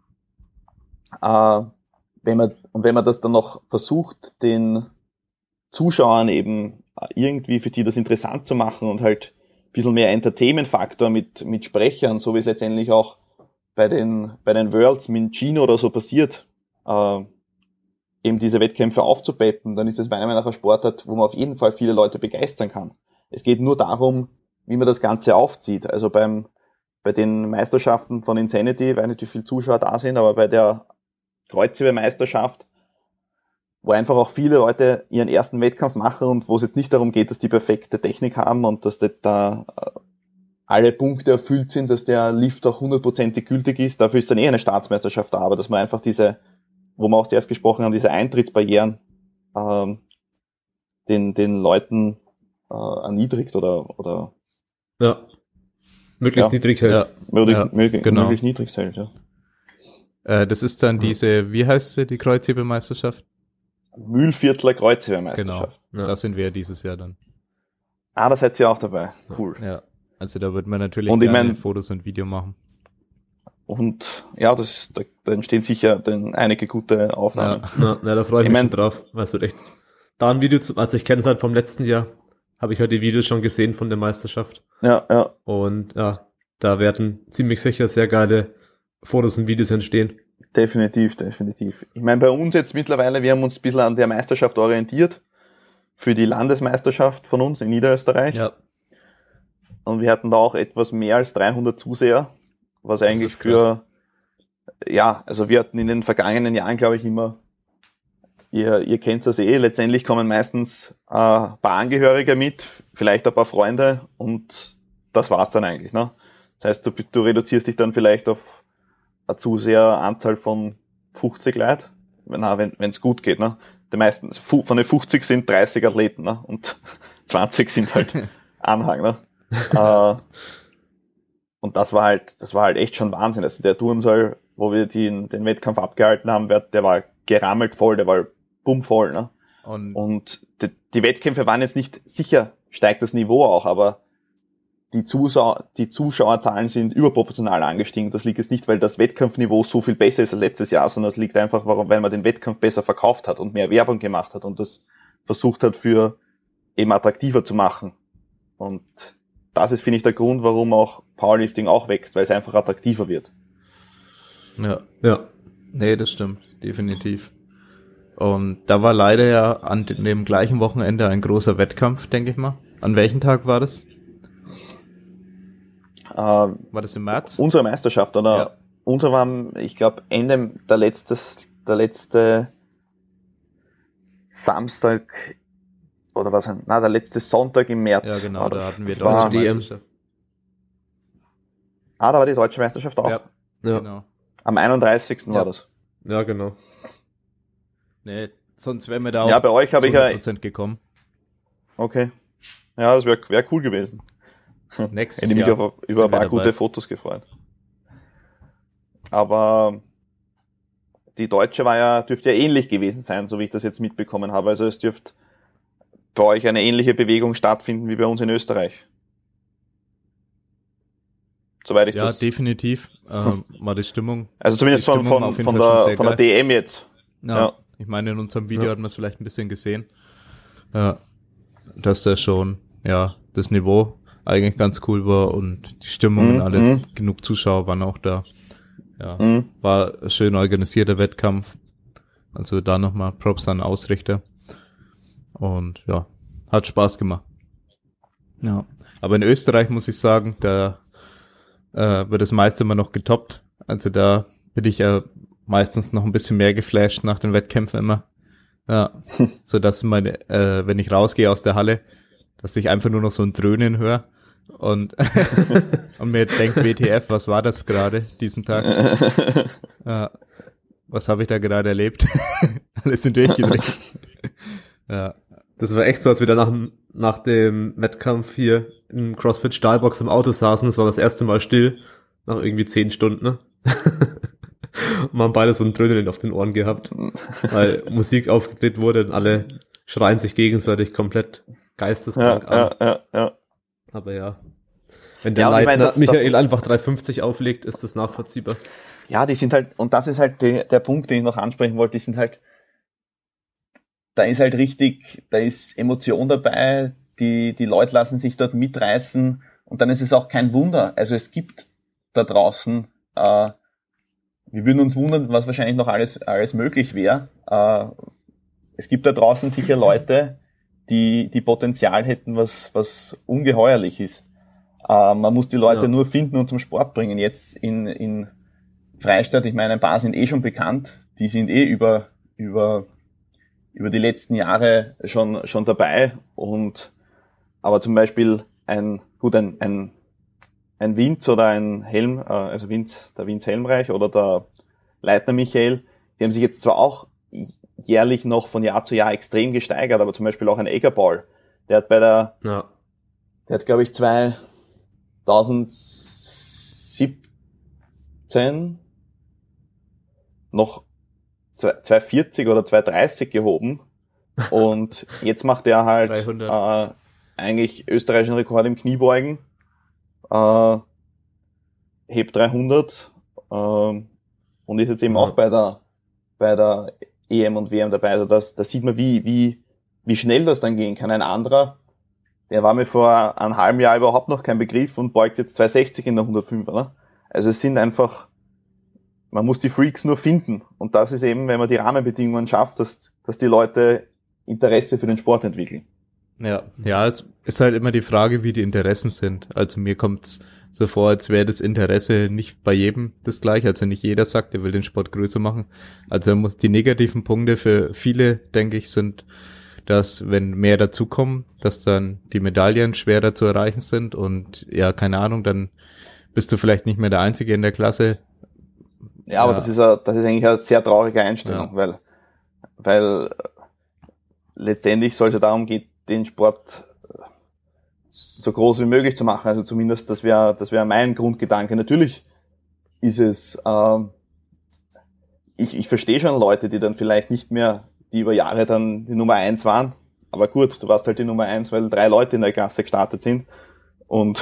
B: Äh, wenn man, und wenn man das dann noch versucht, den Zuschauern eben irgendwie für die das interessant zu machen und halt ein bisschen mehr Entertainment-Faktor mit, mit Sprechern, so wie es letztendlich auch bei den, bei den Worlds mit Gino oder so passiert, äh, eben diese Wettkämpfe aufzupeppen, dann ist es meiner Meinung nach ein Sportart, wo man auf jeden Fall viele Leute begeistern kann. Es geht nur darum, wie man das Ganze aufzieht. Also beim, bei den Meisterschaften von Insanity, ich weiß nicht, wie viele Zuschauer da sind, aber bei der Kreuzhebemeisterschaft, wo einfach auch viele Leute ihren ersten Wettkampf machen und wo es jetzt nicht darum geht, dass die perfekte Technik haben und dass jetzt da äh, alle Punkte erfüllt sind, dass der Lift auch hundertprozentig gültig ist. Dafür ist dann eh eine Staatsmeisterschaft da, aber dass man einfach diese, wo wir auch zuerst gesprochen haben, diese Eintrittsbarrieren ähm, den den Leuten äh, erniedrigt oder oder
A: ja möglichst
B: ja,
A: niedrig hält.
B: Ja, möglichst,
C: ja,
B: möglichst,
C: genau.
B: möglichst niedrig hält, ja.
C: Äh, das ist dann diese, wie heißt sie, die Kreuzhebemeisterschaft?
B: Mühlviertler Kreuzhebemeisterschaft.
C: Genau, ja. Da sind wir dieses Jahr dann.
B: Ah, da seid ihr auch dabei. Cool.
C: Ja, also da wird man natürlich
B: und
C: gerne
B: ich mein,
C: Fotos und Video machen.
B: Und ja, das, da, da entstehen sicher dann einige gute Aufnahmen.
A: Ja, ja, da freue ich, ich mich mein, schon drauf. Es wird echt da ein Video, zu, also ich kenne es halt vom letzten Jahr, habe ich halt die Videos schon gesehen von der Meisterschaft.
B: Ja, ja.
A: Und ja, da werden ziemlich sicher sehr geile Fotos und Videos entstehen.
B: Definitiv, definitiv. Ich meine, bei uns jetzt mittlerweile, wir haben uns ein bisschen an der Meisterschaft orientiert, für die Landesmeisterschaft von uns in Niederösterreich.
C: Ja.
B: Und wir hatten da auch etwas mehr als dreihundert Zuseher, was eigentlich für, ja, also wir hatten in den vergangenen Jahren, glaube ich, immer, ihr, ihr kennt das eh, letztendlich kommen meistens äh, ein paar Angehörige mit, vielleicht ein paar Freunde und das war's dann eigentlich, ne? Das heißt, du, du reduzierst dich dann vielleicht auf eine Zuseheranzahl von fünfzig Leute, wenn wenn es gut geht, ne? Die meisten, von den fünfzig sind dreißig Athleten, ne? Und zwanzig sind halt Anhang, ne? äh, und das war halt, das war halt echt schon Wahnsinn. Also der Turnsaal, wo wir den, den Wettkampf abgehalten haben, der war gerammelt voll, der war bummvoll, ne? Und, und die, die Wettkämpfe waren jetzt nicht, sicher steigt das Niveau auch, aber die, Zuschauer, die Zuschauerzahlen sind überproportional angestiegen. Das liegt jetzt nicht, weil das Wettkampfniveau so viel besser ist als letztes Jahr, sondern es liegt einfach, weil man den Wettkampf besser verkauft hat und mehr Werbung gemacht hat und das versucht hat, für eben attraktiver zu machen. Und das ist, finde ich, der Grund, warum auch Powerlifting auch wächst, weil es einfach attraktiver wird.
C: Ja, ja. Nee, das stimmt, definitiv. Und da war leider ja an dem gleichen Wochenende ein großer Wettkampf, denke ich mal. An welchem Tag war das?
B: Äh,
C: war das im März?
B: Unsere Meisterschaft, oder?
C: Ja.
B: Unser war, ich glaube, Ende der letzte, der letzte Samstag oder was? Na, der letzte Sonntag im März.
C: Ja, genau,
B: war
C: da
B: das.
C: hatten wir
B: Das war-
C: deutsche Meisterschaft.
B: Ah, da war die deutsche Meisterschaft auch.
C: Ja,
A: Ja,
C: genau.
B: Am einunddreißigsten
C: Ja.
B: war das.
A: ja, genau.
C: Nee, sonst wären wir da
B: Ja,
C: auch
B: bei euch habe ich
C: zu hundert
B: ja.
C: Prozent gekommen.
B: Okay. Ja, das wäre wär cool gewesen.
C: Nächstes
B: Hätte mich
C: Jahr
B: auf,
C: sind
B: über ein
C: wir
B: paar
C: dabei.
B: gute Fotos gefreut. Aber die deutsche war ja, dürfte ja ähnlich gewesen sein, so wie ich das jetzt mitbekommen habe. Also es dürfte bei euch eine ähnliche Bewegung stattfinden wie bei uns in Österreich. Soweit ich
C: Ja,
B: das.
C: definitiv ähm, war die Stimmung.
B: Also zumindest
C: die
B: von,
C: Stimmung
B: von,
C: auf jeden
B: von,
C: Fall schon
B: der,
C: sehr
B: von der
C: geil.
B: D M jetzt.
C: Ja,
B: Ja.
C: ich meine, in unserem Video
A: Ja.
C: hat man es vielleicht ein bisschen gesehen. Ja, dass da schon, ja, das Niveau eigentlich ganz cool war und die Stimmung
B: Mhm,
C: und alles,
B: mhm.
C: genug Zuschauer waren auch da. Ja,
B: Mhm.
C: war ein schön organisierter Wettkampf. Also da nochmal Props an den Ausrichter. Und ja, hat Spaß gemacht. Ja, aber in Österreich muss ich sagen, da äh, wird das meiste immer noch getoppt. Also da bin ich ja meistens noch ein bisschen mehr geflasht nach den Wettkämpfen immer. Ja, so dass meine, äh, wenn ich rausgehe aus der Halle, dass ich einfach nur noch so ein Dröhnen höre und und mir denkt, W T F, was war das gerade diesen Tag? Ja, was habe ich da gerade erlebt? Alles sind durchgedreht. Ja,
A: Das war echt so, als wir dann nach, dem- nach dem Wettkampf hier im CrossFit Stahlbox im Auto saßen. Das war das erste Mal still, nach irgendwie zehn Stunden, ne? Und wir haben beide so ein Dröhnen auf den Ohren gehabt, weil Musik aufgedreht wurde und alle schreien sich gegenseitig komplett
B: Ja,
A: geisteskrank an.
B: ja, ja, ja.
A: Aber ja, wenn der
B: Ja, und ich
A: Leitner
B: meine, das-
A: Michael einfach drei fünfzig auflegt, ist das nachvollziehbar.
B: Ja, die sind halt, und das ist halt die, der Punkt, den ich noch ansprechen wollte, die sind halt, da ist halt richtig, da ist Emotion dabei, die, die Leute lassen sich dort mitreißen und dann ist es auch kein Wunder. Also es gibt da draußen, äh, wir würden uns wundern, was wahrscheinlich noch alles, alles möglich wäre. Äh, es gibt da draußen sicher Leute, die, die Potenzial hätten, was, was ungeheuerlich ist. Äh, man muss die Leute
A: Ja.
B: nur finden und zum Sport bringen. Jetzt in, in Freistadt, ich meine, ein paar sind eh schon bekannt, die sind eh über, über, über die letzten Jahre schon, schon dabei und, aber zum Beispiel ein, gut, ein, ein, ein Vinz oder ein Helm, äh, also Vinz, der Vinz Helmreich oder der Leitner Michael, die haben sich jetzt zwar auch jährlich noch von Jahr zu Jahr extrem gesteigert, aber zum Beispiel auch ein Eggerball, der hat bei der,
A: Ja.
B: der hat glaube ich zweitausendsiebzehn noch zweihundertvierzig oder zweihundertdreißig gehoben und jetzt macht er halt
C: dreihundert.
B: äh, eigentlich österreichischen Rekord im Kniebeugen, äh, hebt dreihundert äh, und ist jetzt eben
A: Ja.
B: auch bei der bei der E M und W M dabei. Also das, das sieht man, wie wie wie schnell das dann gehen kann. Ein anderer, der war mir vor einem halben Jahr überhaupt noch kein Begriff und beugt jetzt zweihundertsechzig in der hundertfünfer. Ne? Also es sind einfach, man muss die Freaks nur finden. Und das ist eben, wenn man die Rahmenbedingungen schafft, dass, dass die Leute Interesse für den Sport entwickeln.
C: ja, ja, es ist halt immer die Frage, wie die Interessen sind. Also mir kommt's so vor, als wäre das Interesse nicht bei jedem das gleiche. Also nicht jeder sagt, er will den Sport größer machen. Also muss die negativen Punkte für viele, denke ich, sind, dass wenn mehr dazukommen, dass dann die Medaillen schwerer zu erreichen sind und ja, keine Ahnung, dann bist du vielleicht nicht mehr der Einzige in der Klasse.
B: Ja, aber
C: Ja.
B: das ist a, das ist eigentlich eine sehr traurige Einstellung,
C: Ja.
B: weil, weil letztendlich soll es ja darum gehen, den Sport so groß wie möglich zu machen. Also zumindest, das wäre, das wäre mein Grundgedanke. Natürlich ist es, ähm, ich, ich verstehe schon Leute, die dann vielleicht nicht mehr, die über Jahre dann die Nummer eins waren. Aber gut, du warst halt die Nummer eins, weil drei Leute in der Klasse gestartet sind. Und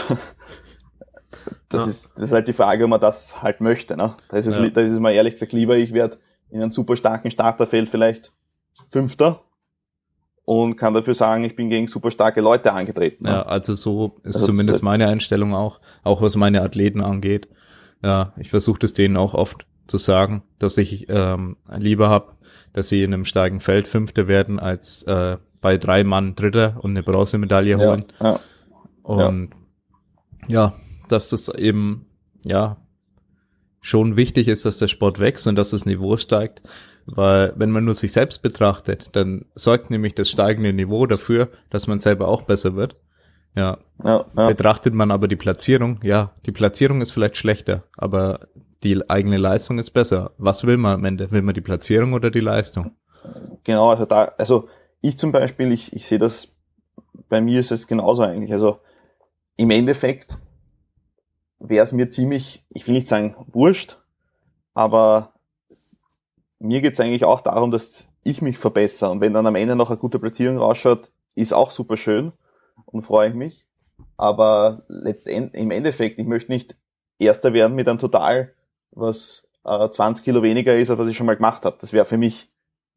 B: das
A: Ja.
B: ist, das ist halt die Frage, ob man das halt möchte, ne? Da ist es,
C: Ja.
B: da ist es mir ehrlich gesagt lieber, ich werde in einem super starken Starterfeld vielleicht Fünfter und kann dafür sagen, ich bin gegen super starke Leute angetreten. Ne?
C: Ja, also so ist
B: Also
C: zumindest
B: das-
C: meine Einstellung auch, auch was meine Athleten angeht. Ja, ich versuche das denen auch oft zu sagen, dass ich ähm, lieber habe, dass sie in einem starken Feld Fünfter werden, als äh, bei drei Mann Dritter und eine Bronzemedaille
B: Ja,
C: holen.
B: ja.
C: Und ja. dass das eben, ja, schon wichtig ist, dass der Sport wächst und dass das Niveau steigt. Weil wenn man nur sich selbst betrachtet, dann sorgt nämlich das steigende Niveau dafür, dass man selber auch besser wird. Ja.
B: Ja, ja.
C: Betrachtet man aber die Platzierung, ja, die Platzierung ist vielleicht schlechter, aber die eigene Leistung ist besser. Was will man am Ende? Will man die Platzierung oder die Leistung?
B: Genau, also da, also ich zum Beispiel, ich, ich sehe das, bei mir ist es genauso eigentlich. Also im Endeffekt wäre es mir ziemlich, ich will nicht sagen wurscht, aber mir geht es eigentlich auch darum, dass ich mich verbessere. Und wenn dann am Ende noch eine gute Platzierung rausschaut, ist auch super schön und freue ich mich. Aber letztendlich, im Endeffekt, ich möchte nicht Erster werden mit einem Total, was äh, zwanzig Kilo weniger ist, als was ich schon mal gemacht habe. Das wäre für mich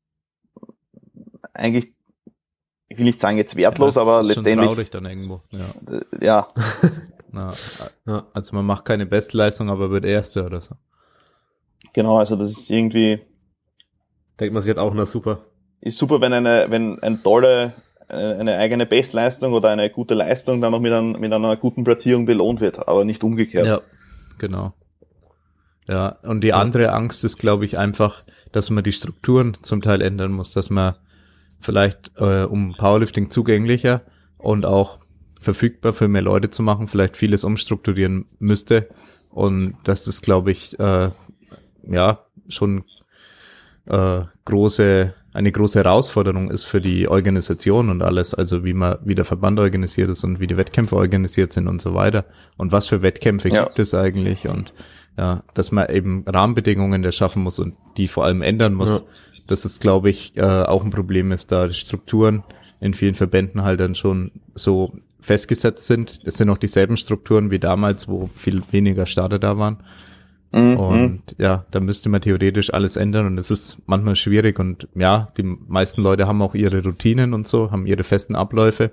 B: eigentlich, ich will nicht sagen jetzt wertlos,
C: ja,
B: aber
C: ist
B: letztendlich.
C: Schon traurig dann irgendwo. Ja.
B: Äh, ja.
C: Na, ja. Also man macht keine Bestleistung, aber wird Erster oder so.
B: Genau, also das ist irgendwie.
A: Denkt man sich halt auch, na super.
B: Ist super, wenn eine, wenn eine tolle, eine eigene Bestleistung oder eine gute Leistung dann noch mit, ein, mit einer guten Platzierung belohnt wird, aber nicht umgekehrt.
C: Ja, genau. Ja, und die andere Angst ist, glaube ich, einfach, dass man die Strukturen zum Teil ändern muss, dass man vielleicht, äh, um Powerlifting zugänglicher und auch verfügbar für mehr Leute zu machen, vielleicht vieles umstrukturieren müsste und dass das, glaube ich, äh, ja, schon äh, große, eine große Herausforderung ist für die Organisation und alles, also wie man, wie der Verband organisiert ist und wie die Wettkämpfe organisiert sind und so weiter und was für Wettkämpfe
B: ja.
C: gibt es eigentlich und ja, dass man eben Rahmenbedingungen da schaffen muss und die vor allem ändern muss, ja. Das ist, glaube ich, äh, auch ein Problem ist, da die Strukturen in vielen Verbänden halt dann schon so festgesetzt sind. Das sind auch dieselben Strukturen wie damals, wo viel weniger Starter da waren. Mhm. Und ja, da müsste man theoretisch alles ändern und es ist manchmal schwierig und ja, die meisten Leute haben auch ihre Routinen und so, haben ihre festen Abläufe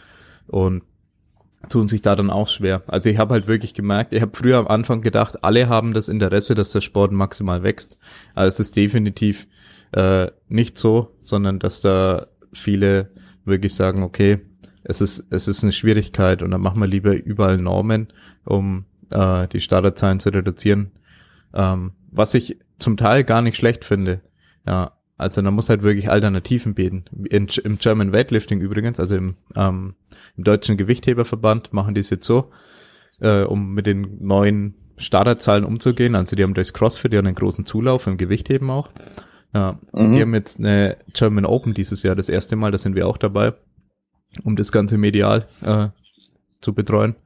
C: und tun sich da dann auch schwer. Also ich habe halt wirklich gemerkt, ich habe früher am Anfang gedacht, alle haben das Interesse, dass der Sport maximal wächst, aber es ist definitiv äh, nicht so, sondern dass da viele wirklich sagen, okay, es ist es ist eine Schwierigkeit und dann machen wir lieber überall Normen, um äh, die Starterzahlen zu reduzieren. Ähm, was ich zum Teil gar nicht schlecht finde. Ja, also man muss halt wirklich Alternativen bieten. In, Im German Weightlifting übrigens, also im, ähm, im deutschen Gewichtheberverband machen die es jetzt so, äh, um mit den neuen Starterzahlen umzugehen. Also die haben durchs CrossFit ja einen großen Zulauf im Gewichtheben auch. Ja, mhm. Die haben jetzt eine German Open dieses Jahr das erste Mal, da sind wir auch dabei, um das Ganze medial äh, zu betreuen.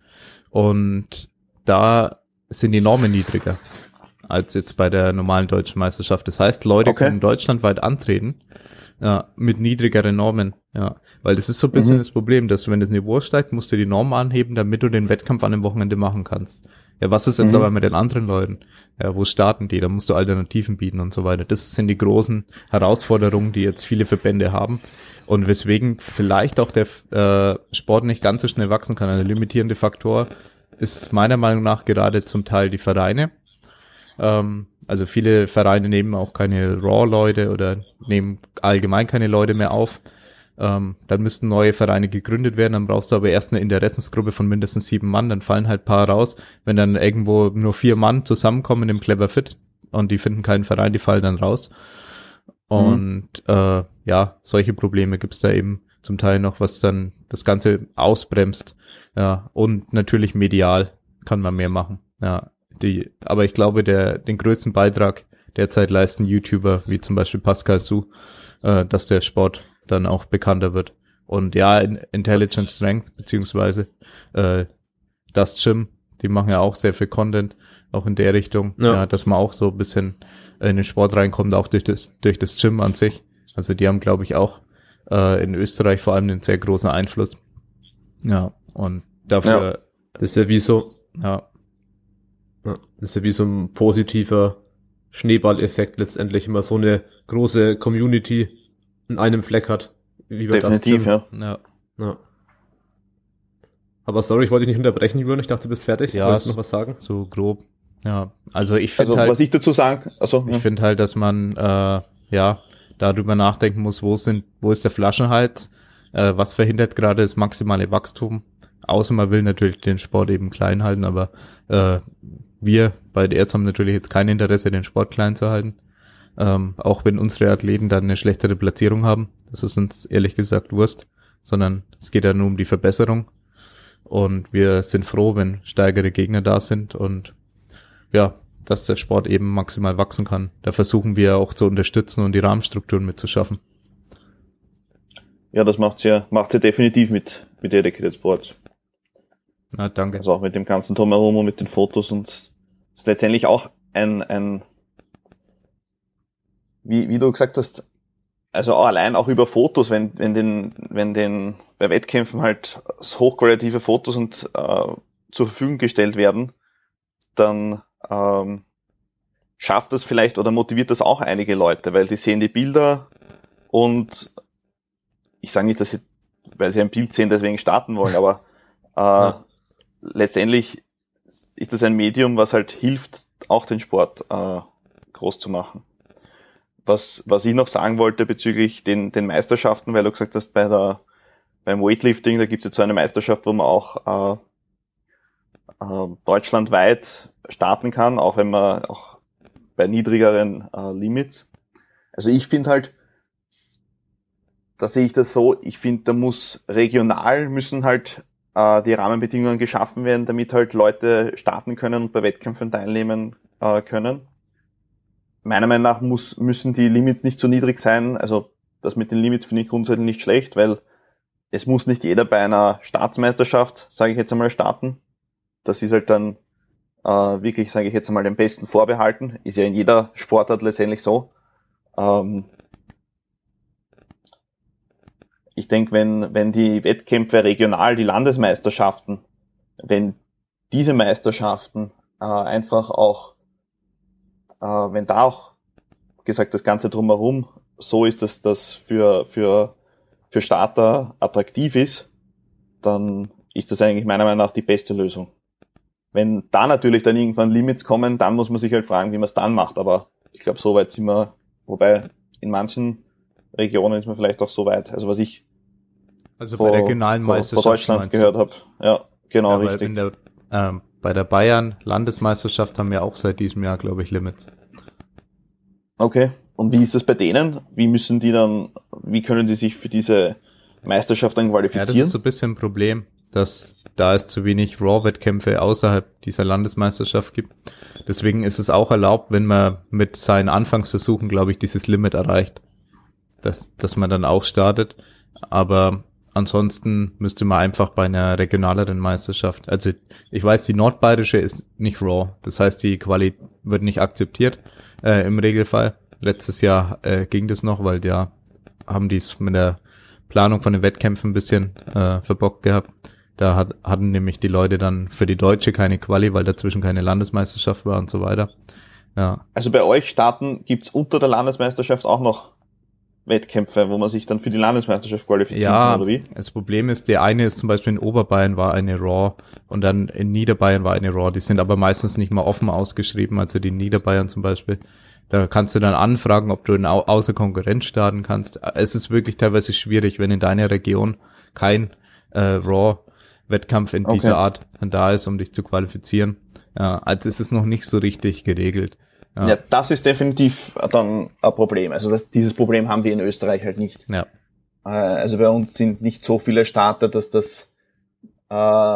C: Und da sind die Normen niedriger als jetzt bei der normalen deutschen Meisterschaft. Das heißt, Leute okay. können deutschlandweit antreten, ja, mit niedrigeren Normen, ja, weil das ist so ein bisschen mhm. das Problem, dass du, wenn das Niveau steigt, musst du die Norm anheben, damit du den Wettkampf an dem Wochenende machen kannst. Ja, was ist jetzt mhm. aber mit den anderen Leuten? Ja, wo starten die? Da musst du Alternativen bieten und so weiter. Das sind die großen Herausforderungen, die jetzt viele Verbände haben und weswegen vielleicht auch der äh, Sport nicht ganz so schnell wachsen kann. Ein limitierender Faktor ist meiner Meinung nach gerade zum Teil die Vereine. Ähm, also viele Vereine nehmen auch keine Raw-Leute oder nehmen allgemein keine Leute mehr auf. Ähm, dann müssten neue Vereine gegründet werden, dann brauchst du aber erst eine Interessensgruppe von mindestens sieben Mann, dann fallen halt ein paar raus. Wenn dann irgendwo nur vier Mann zusammenkommen im Clever Fit und die finden keinen Verein, die fallen dann raus. Und mhm. äh, ja, solche Probleme gibt's da eben zum Teil noch, was dann das Ganze ausbremst. Ja, und natürlich medial kann man mehr machen. Ja, die, aber ich glaube, der den größten Beitrag derzeit leisten YouTuber, wie zum Beispiel Pascal Su, äh, dass der Sport dann auch bekannter wird. Und ja, in Intelligent Strength, beziehungsweise äh, das Gym, die machen ja auch sehr viel Content, auch in der Richtung, ja. Ja, dass man auch so ein bisschen in den Sport reinkommt, auch durch das durch das Gym an sich. Also die haben, glaube ich, auch äh, in Österreich vor allem einen sehr großen Einfluss. Ja, und dafür...
A: Ja. Das ist ja wie so...
C: Ja.
A: ja. Das ist ja wie so ein positiver Schneeballeffekt letztendlich, immer so eine große Community in einem Fleck hat. Wie bei
B: Definitiv,
A: das
B: ja.
C: ja.
A: Ja. Aber sorry, ich wollte dich nicht unterbrechen, Jürgen. Ich dachte, du bist fertig.
C: Ja,
A: wolltest du noch was sagen?
C: So grob. Ja, also ich finde
B: also,
C: halt...
B: was ich dazu sage... Also,
C: ich
B: ja.
C: finde halt, dass man, äh, ja, darüber nachdenken muss, wo sind, wo ist der Flaschenhals, äh, was verhindert gerade das maximale Wachstum. Außer man will natürlich den Sport eben klein halten, aber äh, wir bei der Ärzte haben natürlich jetzt kein Interesse, den Sport klein zu halten. Ähm, auch wenn unsere Athleten dann eine schlechtere Platzierung haben, das ist uns ehrlich gesagt Wurst, sondern es geht ja nur um die Verbesserung. Und wir sind froh, wenn stärkere Gegner da sind und ja, dass der Sport eben maximal wachsen kann. Da versuchen wir auch zu unterstützen und die Rahmenstrukturen mitzuschaffen.
B: Ja, das macht's ja, macht's ja definitiv mit, mit Dedicated Sports.
C: Na, danke.
B: Also auch mit dem ganzen Drumherum und mit den Fotos und es ist letztendlich auch ein, ein, wie, wie du gesagt hast, also auch allein auch über Fotos, wenn, wenn den, wenn den, bei Wettkämpfen halt hochqualitative Fotos und, äh, zur Verfügung gestellt werden, dann, ähm, schafft das vielleicht oder motiviert das auch einige Leute, weil die sehen die Bilder und ich sage nicht, dass sie, weil sie ein Bild sehen, deswegen starten wollen, aber, äh, ja. Letztendlich ist das ein Medium, was halt hilft, auch den Sport, äh, groß zu machen. Was, was ich noch sagen wollte bezüglich den, den Meisterschaften, weil du gesagt hast, bei der, beim Weightlifting, da gibt es jetzt so eine Meisterschaft, wo man auch äh, äh, deutschlandweit starten kann, auch wenn man auch bei niedrigeren äh, Limits. Also ich finde halt, da sehe ich das so, ich finde, da muss regional müssen halt äh, die Rahmenbedingungen geschaffen werden, damit halt Leute starten können und bei Wettkämpfen teilnehmen äh, können. Meiner Meinung nach muss, müssen die Limits nicht so niedrig sein. Also das mit den Limits finde ich grundsätzlich nicht schlecht, weil es muss nicht jeder bei einer Staatsmeisterschaft, sage ich jetzt einmal, starten. Das ist halt dann äh, wirklich, sage ich jetzt einmal, den Besten vorbehalten. Ist ja in jeder Sportart letztendlich so. Ähm ich denke, wenn, wenn die Wettkämpfe regional, die Landesmeisterschaften, wenn diese Meisterschaften äh, einfach auch Äh, wenn da auch gesagt das Ganze drumherum so ist, dass das für für für Starter attraktiv ist, dann ist das eigentlich meiner Meinung nach die beste Lösung. Wenn da natürlich dann irgendwann Limits kommen, dann muss man sich halt fragen, wie man es dann macht. Aber ich glaube, so weit sind wir, wobei in manchen Regionen ist man vielleicht auch so weit. Also was ich
C: also
B: vor,
C: bei regionalen
B: vor,
C: Meisterschaften
B: vor Deutschland gehört habe. Ja, genau,
C: ja,
B: richtig.
C: In der, ähm, bei der Bayern-Landesmeisterschaft haben wir auch seit diesem Jahr, glaube ich, Limits.
B: Okay. Und wie ist das bei denen? Wie müssen die dann, wie können die sich für diese Meisterschaft dann qualifizieren?
C: Ja, das ist so ein bisschen ein Problem, dass da es zu wenig Raw-Wettkämpfe außerhalb dieser Landesmeisterschaft gibt. Deswegen ist es auch erlaubt, wenn man mit seinen Anfangsversuchen, glaube ich, dieses Limit erreicht, dass, dass man dann auch startet. Aber ansonsten müsste man einfach bei einer regionaleren Meisterschaft, also ich weiß, die nordbayerische ist nicht Raw, das heißt, die Quali wird nicht akzeptiert äh, im Regelfall. Letztes Jahr äh, ging das noch, weil ja haben die es mit der Planung von den Wettkämpfen ein bisschen äh, verbockt gehabt. Da hat, hatten nämlich die Leute dann für die Deutsche keine Quali, weil dazwischen keine Landesmeisterschaft war und so weiter. Ja.
B: Also bei euch starten gibt's unter der Landesmeisterschaft auch noch Wettkämpfe, wo man sich dann für die Landesmeisterschaft qualifiziert,
C: ja,
B: oder wie?
C: Das Problem ist, der eine ist zum Beispiel in Oberbayern war eine Raw und dann in Niederbayern war eine Raw. Die sind aber meistens nicht mal offen ausgeschrieben, also die in Niederbayern zum Beispiel. Da kannst du dann anfragen, ob du in au- außer Konkurrenz starten kannst. Es ist wirklich teilweise schwierig, wenn in deiner Region kein äh, Raw-Wettkampf in dieser
B: Okay.
C: Art dann da ist, um dich zu qualifizieren. Ja, also es ist noch nicht so richtig geregelt.
B: Ja. ja, das ist definitiv dann ein Problem. Also das, dieses Problem haben wir in Österreich halt nicht.
C: Ja.
B: Äh, also bei uns sind nicht so viele Starter, dass das, äh,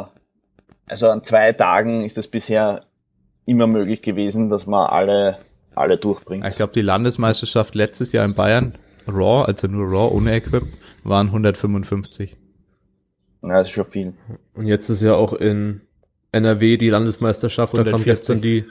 B: also an zwei Tagen ist es bisher immer möglich gewesen, dass man alle, alle durchbringt.
C: Ich glaube, die Landesmeisterschaft letztes Jahr in Bayern, Raw, also nur Raw, ohne Equip, waren hundertfünfundfünfzig.
B: Ja, das ist schon viel.
A: Und jetzt ist ja auch in N R W die Landesmeisterschaft, da kam
C: hundertvierzig.
A: gestern die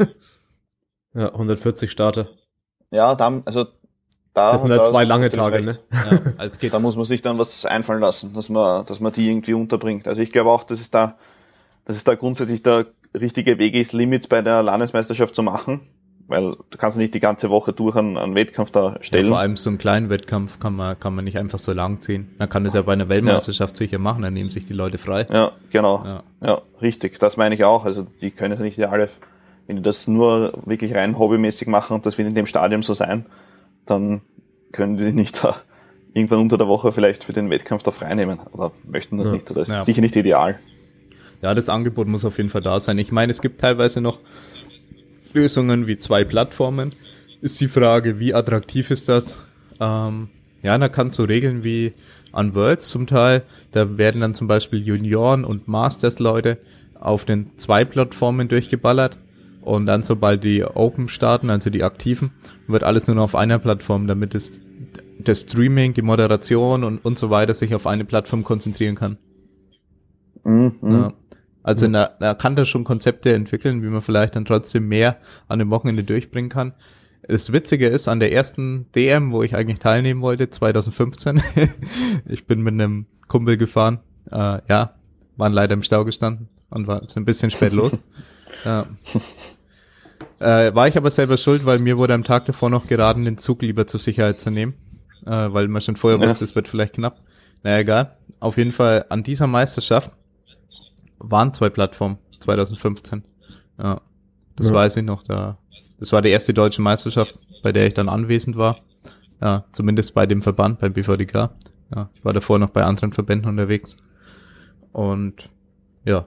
A: ja, hundertvierzig Starter.
B: Ja, da, also da,
A: Das sind halt
B: da
A: zwei
B: hast du
A: lange
B: natürlich
A: Tage,
B: recht.
A: ne?
C: Ja, also es geht
B: Da muss man sich dann was einfallen lassen, dass man, dass man die irgendwie unterbringt. Also ich glaube auch, dass es da, dass es da grundsätzlich der richtige Weg ist, Limits bei der Landesmeisterschaft zu machen, weil du kannst nicht die ganze Woche durch einen, einen Wettkampf da stellen.
C: Ja, vor allem so einen kleinen Wettkampf kann man kann man nicht einfach so lang ziehen. Man kann das ja bei einer Weltmeisterschaft sicher machen, dann nehmen sich die Leute frei.
B: Ja, genau.
C: Ja.
B: Ja, richtig. Das meine ich auch. Also die können ja nicht alle, wenn die das nur wirklich rein hobbymäßig machen und das wird in dem Stadium so sein, dann können die nicht da irgendwann unter der Woche vielleicht für den Wettkampf da frei nehmen oder möchten das
A: Ja.
B: nicht. Oder das ist
C: Ja.
B: sicher nicht ideal.
C: Ja, das Angebot muss auf jeden Fall da sein. Ich meine, es gibt teilweise noch Lösungen wie zwei Plattformen, ist die Frage, wie attraktiv ist das? Ähm, ja, da kannst du regeln wie an Worlds zum Teil. Da werden dann zum Beispiel Junioren und Masters-Leute auf den zwei Plattformen durchgeballert. Und dann, sobald die Open starten, also die aktiven, wird alles nur noch auf einer Plattform, damit es das Streaming, die Moderation und, und so weiter sich auf eine Plattform konzentrieren kann.
B: Mhm.
C: Ja. Also mhm. da, da kann das schon Konzepte entwickeln, wie man vielleicht dann trotzdem mehr an dem Wochenende durchbringen kann. Das Witzige ist, an der ersten D M, wo ich eigentlich teilnehmen wollte, zwanzig fünfzehn, ich bin mit einem Kumpel gefahren, äh, ja, waren leider im Stau gestanden und war ein bisschen spät los. Ja. Äh, war ich aber selber schuld, weil mir wurde am Tag davor noch geraten, den Zug lieber zur Sicherheit zu nehmen, äh, weil man schon vorher ja. wusste, es wird vielleicht knapp. Naja, egal. Auf jeden Fall an dieser Meisterschaft waren zwei Plattformen, zwanzig fünfzehn. Ja, das ja. weiß ich noch. Da, das war die erste deutsche Meisterschaft, bei der ich dann anwesend war. Ja, zumindest bei dem Verband, beim B V D K. Ja, ich war davor noch bei anderen Verbänden unterwegs. Und ja,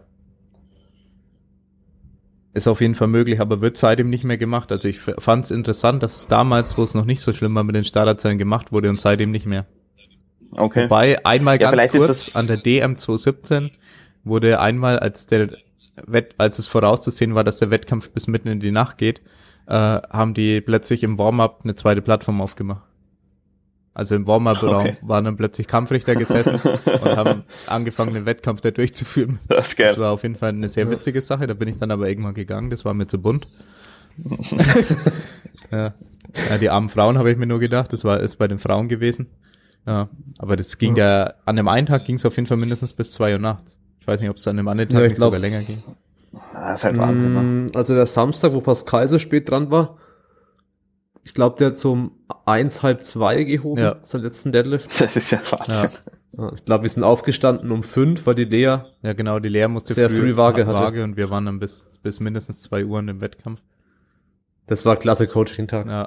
C: ist auf jeden Fall möglich, aber wird seitdem nicht mehr gemacht. Also ich fand es interessant, dass es damals, wo es noch nicht so schlimm war, mit den Starterzahlen gemacht wurde und seitdem nicht mehr.
B: Okay.
C: Wobei einmal
B: ja,
C: ganz kurz an der D M zwanzig siebzehn wurde einmal, als der Wett, als es vorauszusehen war, dass der Wettkampf bis mitten in die Nacht geht, äh, haben die plötzlich im Warm-up eine zweite Plattform aufgemacht. Also im Warm-up-Raum okay. waren dann plötzlich Kampfrichter gesessen und haben angefangen, den Wettkampf da durchzuführen.
B: Das ist geil.
C: Das war auf jeden Fall eine sehr witzige Sache. Da bin ich dann aber irgendwann gegangen. Das war mir zu bunt. ja. ja, die armen Frauen habe ich mir nur gedacht. Das war ist bei den Frauen gewesen. Ja, aber das ging ja, an dem einen Tag ging es auf jeden Fall mindestens bis zwei Uhr nachts. Ich weiß nicht, ob es an dem anderen Tag ja, nicht glaub, sogar länger ging.
B: Das ist halt Wahnsinn.
A: Ne? Also der Samstag, wo Pascal so spät dran war, ich glaube, der hat zum eins, halb zwei gehoben, ja. Sein letzten Deadlift.
B: Das ist ja Wahnsinn.
A: Ja. Ich glaube, wir sind aufgestanden um fünf, weil die Lea
C: ja genau, die Lea musste
A: sehr früh, früh Waage hatte.
C: Waage und wir waren dann bis bis mindestens zwei Uhr in dem Wettkampf.
A: Das war klasse Coaching-Tag.
C: Ja.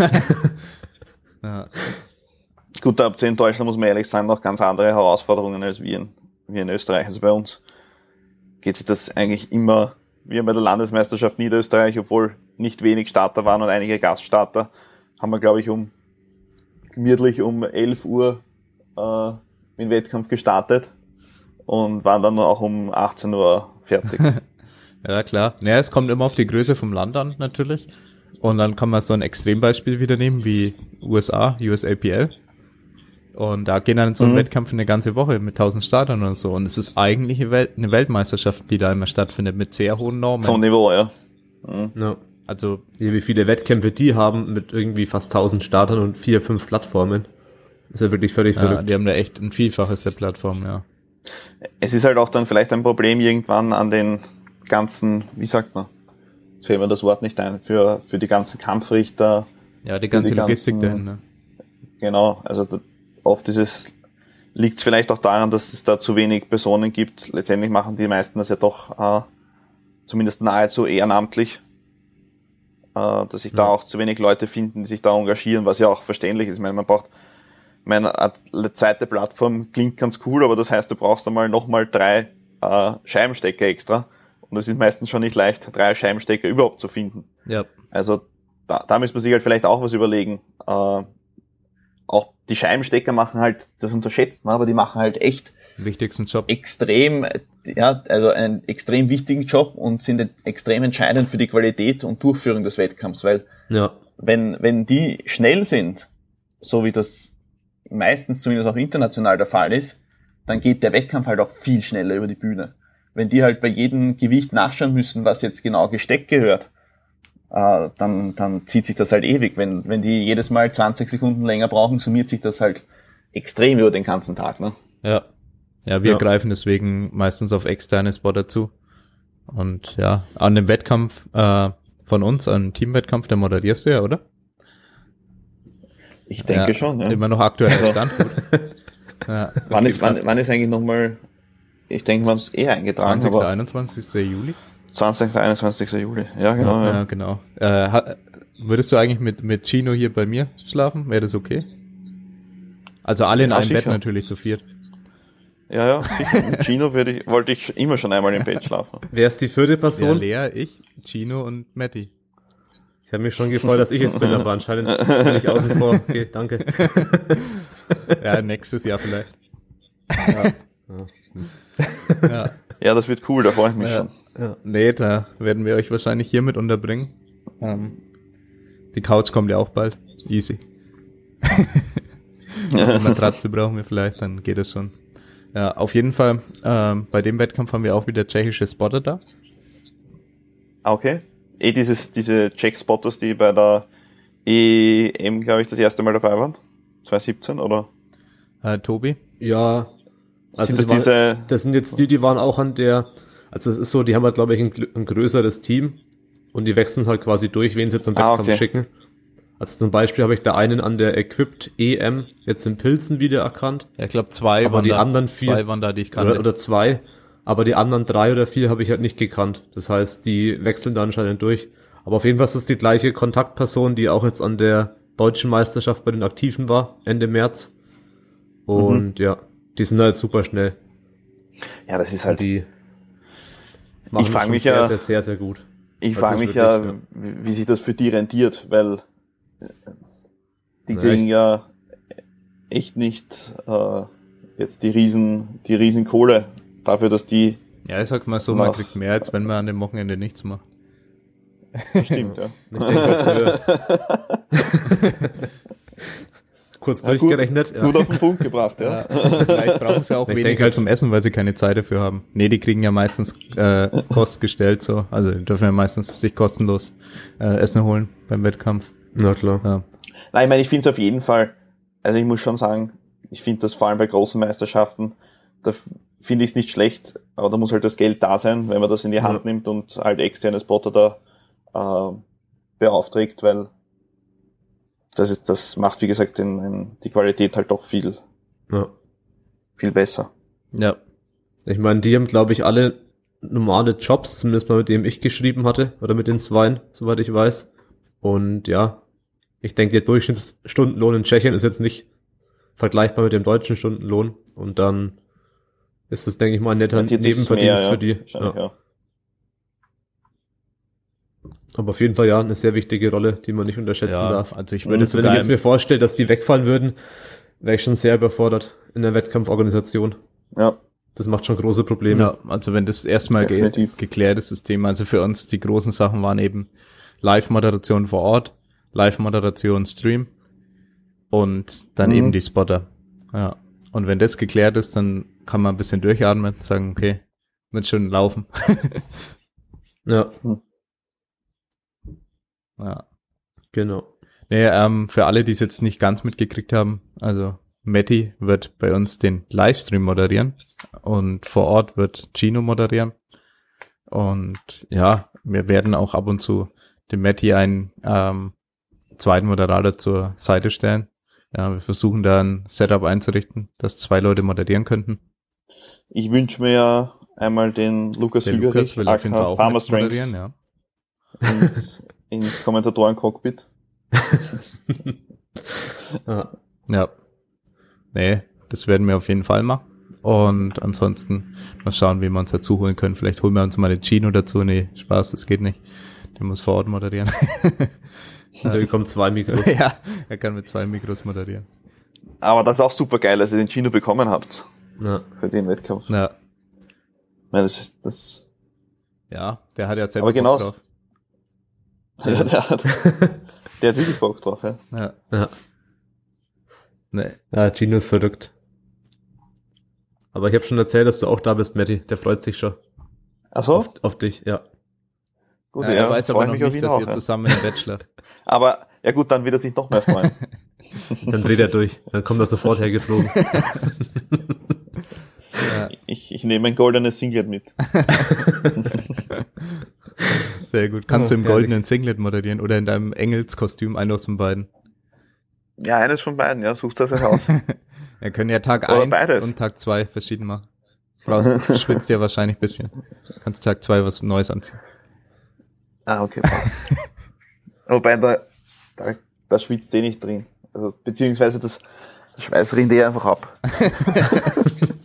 C: ja.
B: Gut, ab in Deutschland muss man ehrlich sagen, noch ganz andere Herausforderungen als wir in, wir in Österreich. Also bei uns geht sich das eigentlich immer wie bei der Landesmeisterschaft Niederösterreich, obwohl nicht wenig Starter waren und einige Gaststarter, haben wir, glaube ich, um gemütlich um elf Uhr äh, den Wettkampf gestartet und waren dann auch um achtzehn Uhr fertig.
C: Ja, klar. Naja, es kommt immer auf die Größe vom Land an, natürlich. Und dann kann man so ein Extrembeispiel wieder nehmen, wie U S A, U S A P L. Und da gehen dann so ein mhm. Wettkampf eine ganze Woche mit tausend Startern und so. Und es ist eigentlich eine, Welt, eine Weltmeisterschaft, die da immer stattfindet, mit sehr hohen Normen.
B: Vom Niveau, ja. Mhm.
A: Ja. Also, wie viele Wettkämpfe die haben mit irgendwie fast tausend Startern und vier, fünf Plattformen. Das ist ja wirklich völlig
C: ja,
A: verrückt.
C: Die haben da echt ein Vielfaches der Plattform, ja.
B: Es ist halt auch dann vielleicht ein Problem irgendwann an den ganzen, wie sagt man, jetzt fällt mir das Wort nicht ein, für, für die ganzen Kampfrichter.
C: Ja, die ganze die Logistik dahin, ne?
B: Genau, also da, oft ist es, liegt es vielleicht auch daran, dass es da zu wenig Personen gibt. Letztendlich machen die meisten das ja doch äh, zumindest nahezu ehrenamtlich, äh, dass sich ja. da auch zu wenig Leute finden, die sich da engagieren, was ja auch verständlich ist. Ich meine, man braucht, meine zweite Plattform klingt ganz cool, aber das heißt, du brauchst einmal nochmal drei äh, Scheibenstecker extra und es ist meistens schon nicht leicht, drei Scheibenstecker überhaupt zu finden.
C: Ja.
B: Also da, da müsste man sich halt vielleicht auch was überlegen. Äh, Auch die Scheibenstecker machen halt, das unterschätzt man, aber die machen halt echt
C: wichtigsten Job.
B: Extrem, ja, also einen extrem wichtigen Job und sind extrem entscheidend für die Qualität und Durchführung des Wettkampfs, weil
A: ja.
B: wenn, wenn die schnell sind, so wie das meistens zumindest auch international der Fall ist, dann geht der Wettkampf halt auch viel schneller über die Bühne. Wenn die halt bei jedem Gewicht nachschauen müssen, was jetzt genau gesteckt gehört, Uh, dann, dann zieht sich das halt ewig. Wenn, wenn die jedes Mal zwanzig Sekunden länger brauchen, summiert sich das halt extrem über den ganzen Tag, ne?
C: Ja. Ja, wir
A: ja.
C: greifen deswegen meistens auf externe Spotter zu. Und ja, an dem Wettkampf äh, von uns, an dem Teamwettkampf, der moderierst du ja, oder?
B: Ich denke
C: ja,
B: schon, ja.
C: Immer noch aktueller Stand. ja, okay,
B: wann, ist, wann, wann ist eigentlich nochmal, ich denke, man ist eh eingetragen.
C: zwanzigster einundzwanzigster Juli?
B: zwanzigster einundzwanzigster Juli, ja genau.
C: Ja,
B: ja.
C: ja genau. Äh, ha, würdest du eigentlich mit mit Chino hier bei mir schlafen? Wäre das okay? Also alle in
B: ja,
C: einem
B: sicher.
C: Bett natürlich zu viert.
B: Ja, ja, sicher. Mit Chino würde ich, wollte ich immer schon einmal im Bett schlafen.
A: Wer ist die vierte Person?
C: Ja, Lea, ich, Chino und Matti.
A: Ich habe mich schon gefreut, dass ich es bin, aber anscheinend bin ich außen vor. Okay, danke.
C: Ja, nächstes Jahr vielleicht.
B: Ja, ja. ja das wird cool, da freue ich mich
C: ja.
B: schon.
C: Ja. Nee, da werden wir euch wahrscheinlich hiermit unterbringen. Ähm, die Couch kommt ja auch bald. Easy. Eine Matratze brauchen wir vielleicht, dann geht es schon. Ja, auf jeden Fall, ähm, bei dem Wettkampf haben wir auch wieder tschechische Spotter da.
B: Okay. Eh dieses, diese Czech-Spotters, die bei der E M, glaube ich, das erste Mal dabei waren. zwanzig siebzehn, oder?
C: Äh, Tobi?
A: Ja. Also
B: sind
A: das,
B: das, diese
A: waren, das sind jetzt die, die waren auch an der, also es ist so, die haben halt, glaube ich, ein, ein größeres Team und die wechseln halt quasi durch, wen sie zum Wettkampf ah, okay. schicken. Also zum Beispiel habe ich da einen an der Equipped E M jetzt in Pilsen wieder erkannt.
C: Ja, ich glaube zwei
A: aber
C: waren
A: die
C: da,
A: anderen vier,
C: zwei waren da, die ich kannte.
A: Oder, oder zwei, aber die anderen drei oder vier habe ich halt nicht gekannt. Das heißt, die wechseln da anscheinend durch. Aber auf jeden Fall ist es die gleiche Kontaktperson, die auch jetzt an der deutschen Meisterschaft bei den Aktiven war, Ende März. Und mhm. ja, die sind halt super schnell.
B: Ja, das ist halt...
A: Die machen
B: ich frage mich
A: sehr,
B: ja,
A: sehr, sehr, sehr gut.
B: Ich also frage mich wirklich, ja, ja, wie sich das für die rentiert, weil die ja, kriegen ja echt nicht äh, jetzt die riesen, die riesen Kohle dafür, dass die...
C: Ja, ich sag mal so, man kriegt mehr, als wenn man an dem Wochenende nichts macht.
B: Das stimmt, ja.
A: Ich denke, kurz ja, durchgerechnet.
B: Gut, ja. gut auf den Punkt gebracht, ja.
C: ja. Vielleicht brauchen sie auch ich weniger halt zum Essen, weil sie keine Zeit dafür haben. Nee, die kriegen ja meistens äh, Kost gestellt, so. Also die dürfen ja meistens sich kostenlos äh, Essen holen beim Wettkampf.
A: Na klar.
B: Ja. Nein, ich meine, ich finde es auf jeden Fall, also ich muss schon sagen, ich finde das vor allem bei großen Meisterschaften, da finde ich es nicht schlecht, aber da muss halt das Geld da sein, wenn man das in die Hand ja. nimmt und halt externe Spotter da äh, beauftragt, weil das ist, das macht, wie gesagt, den, den, die Qualität halt doch viel,
A: ja.
B: viel besser.
A: Ja. Ich meine, die haben, glaube ich, alle normale Jobs, zumindest mal mit dem ich geschrieben hatte, oder mit den Zweien, soweit ich weiß. Und ja, ich denke, der Durchschnittsstundenlohn in Tschechien ist jetzt nicht vergleichbar mit dem deutschen Stundenlohn. Und dann ist das, denke ich mal, ein netter Nebenverdienst mehr, ja. für die. Ja.
B: Ja.
A: Aber auf jeden Fall ja eine sehr wichtige Rolle, die man nicht unterschätzen
C: ja,
A: darf.
C: Also ich würde
A: und wenn ich jetzt mir vorstelle, dass die wegfallen würden, wäre ich schon sehr überfordert in der Wettkampforganisation.
B: Ja.
A: Das macht schon große Probleme.
C: Ja, also wenn das erstmal ge- geklärt ist, das Thema. Also für uns die großen Sachen waren eben Live-Moderation vor Ort, Live-Moderation Stream und dann mhm. eben die Spotter. Ja. Und wenn das geklärt ist, dann kann man ein bisschen durchatmen und sagen, okay, wird schon laufen.
A: ja.
C: Ja.
A: Genau.
C: Nee, ähm, für alle, die es jetzt nicht ganz mitgekriegt haben, also Matti wird bei uns den Livestream moderieren und vor Ort wird Gino moderieren. Und ja, wir werden auch ab und zu dem Matti einen ähm, zweiten Moderator zur Seite stellen. Ja, wir versuchen da ein Setup einzurichten, dass zwei Leute moderieren könnten.
B: Ich wünsche mir ja einmal den Lukas
C: Der
B: Hügerich,
C: Lukas will auf jeden Fall auch moderieren, ja.
B: Ins, ins Kommentatoren-Cockpit.
C: ja. ja. Nee, das werden wir auf jeden Fall machen. Und ansonsten mal schauen, wie wir uns dazu holen können. Vielleicht holen wir uns mal den Gino dazu. Nee, Spaß, das geht nicht. Der muss vor Ort moderieren.
A: Da bekommen zwei Mikros.
C: Ja, er kann mit zwei Mikros moderieren.
B: Aber das ist auch super geil, dass ihr den Gino bekommen habt.
A: Ja.
B: Für den Wettkampf.
C: Ja.
B: Weil das, das
C: ja, der hat ja selber
B: aber genau,
C: Bock drauf.
B: Ja, der hat, der hat wirklich Bock drauf, ja.
C: Ja.
A: Ja. Nee. Ja, Gino ist verrückt. Aber ich habe schon erzählt, dass du auch da bist, Matti. Der freut sich schon.
B: Ach so?
A: Auf, auf dich, ja.
C: Gut, ja, er ja, weiß aber noch nicht, dass auch, ihr ja. zusammen im Bett schlaft.
B: Aber, ja gut, dann wird er sich noch mehr freuen.
A: Dann dreht er durch. Dann kommt er sofort hergeflogen.
B: Ja. Ich, ich nehme ein goldenes Singlet mit.
C: Sehr gut. Kannst oh, du im goldenen herrlich. Singlet moderieren oder in deinem Engelskostüm, einen aus den beiden?
B: Ja, eines von beiden, ja. Suchst das heraus.
C: Wir können ja Tag eins und Tag zwei verschieden machen. Brauchst, schwitzt ja wahrscheinlich ein bisschen. Kannst Tag zwei was Neues anziehen.
B: Ah, okay. Wobei, da, da, da schwitzt eh nicht drin. Also, beziehungsweise das, das Schweiß rinnt eh einfach ab.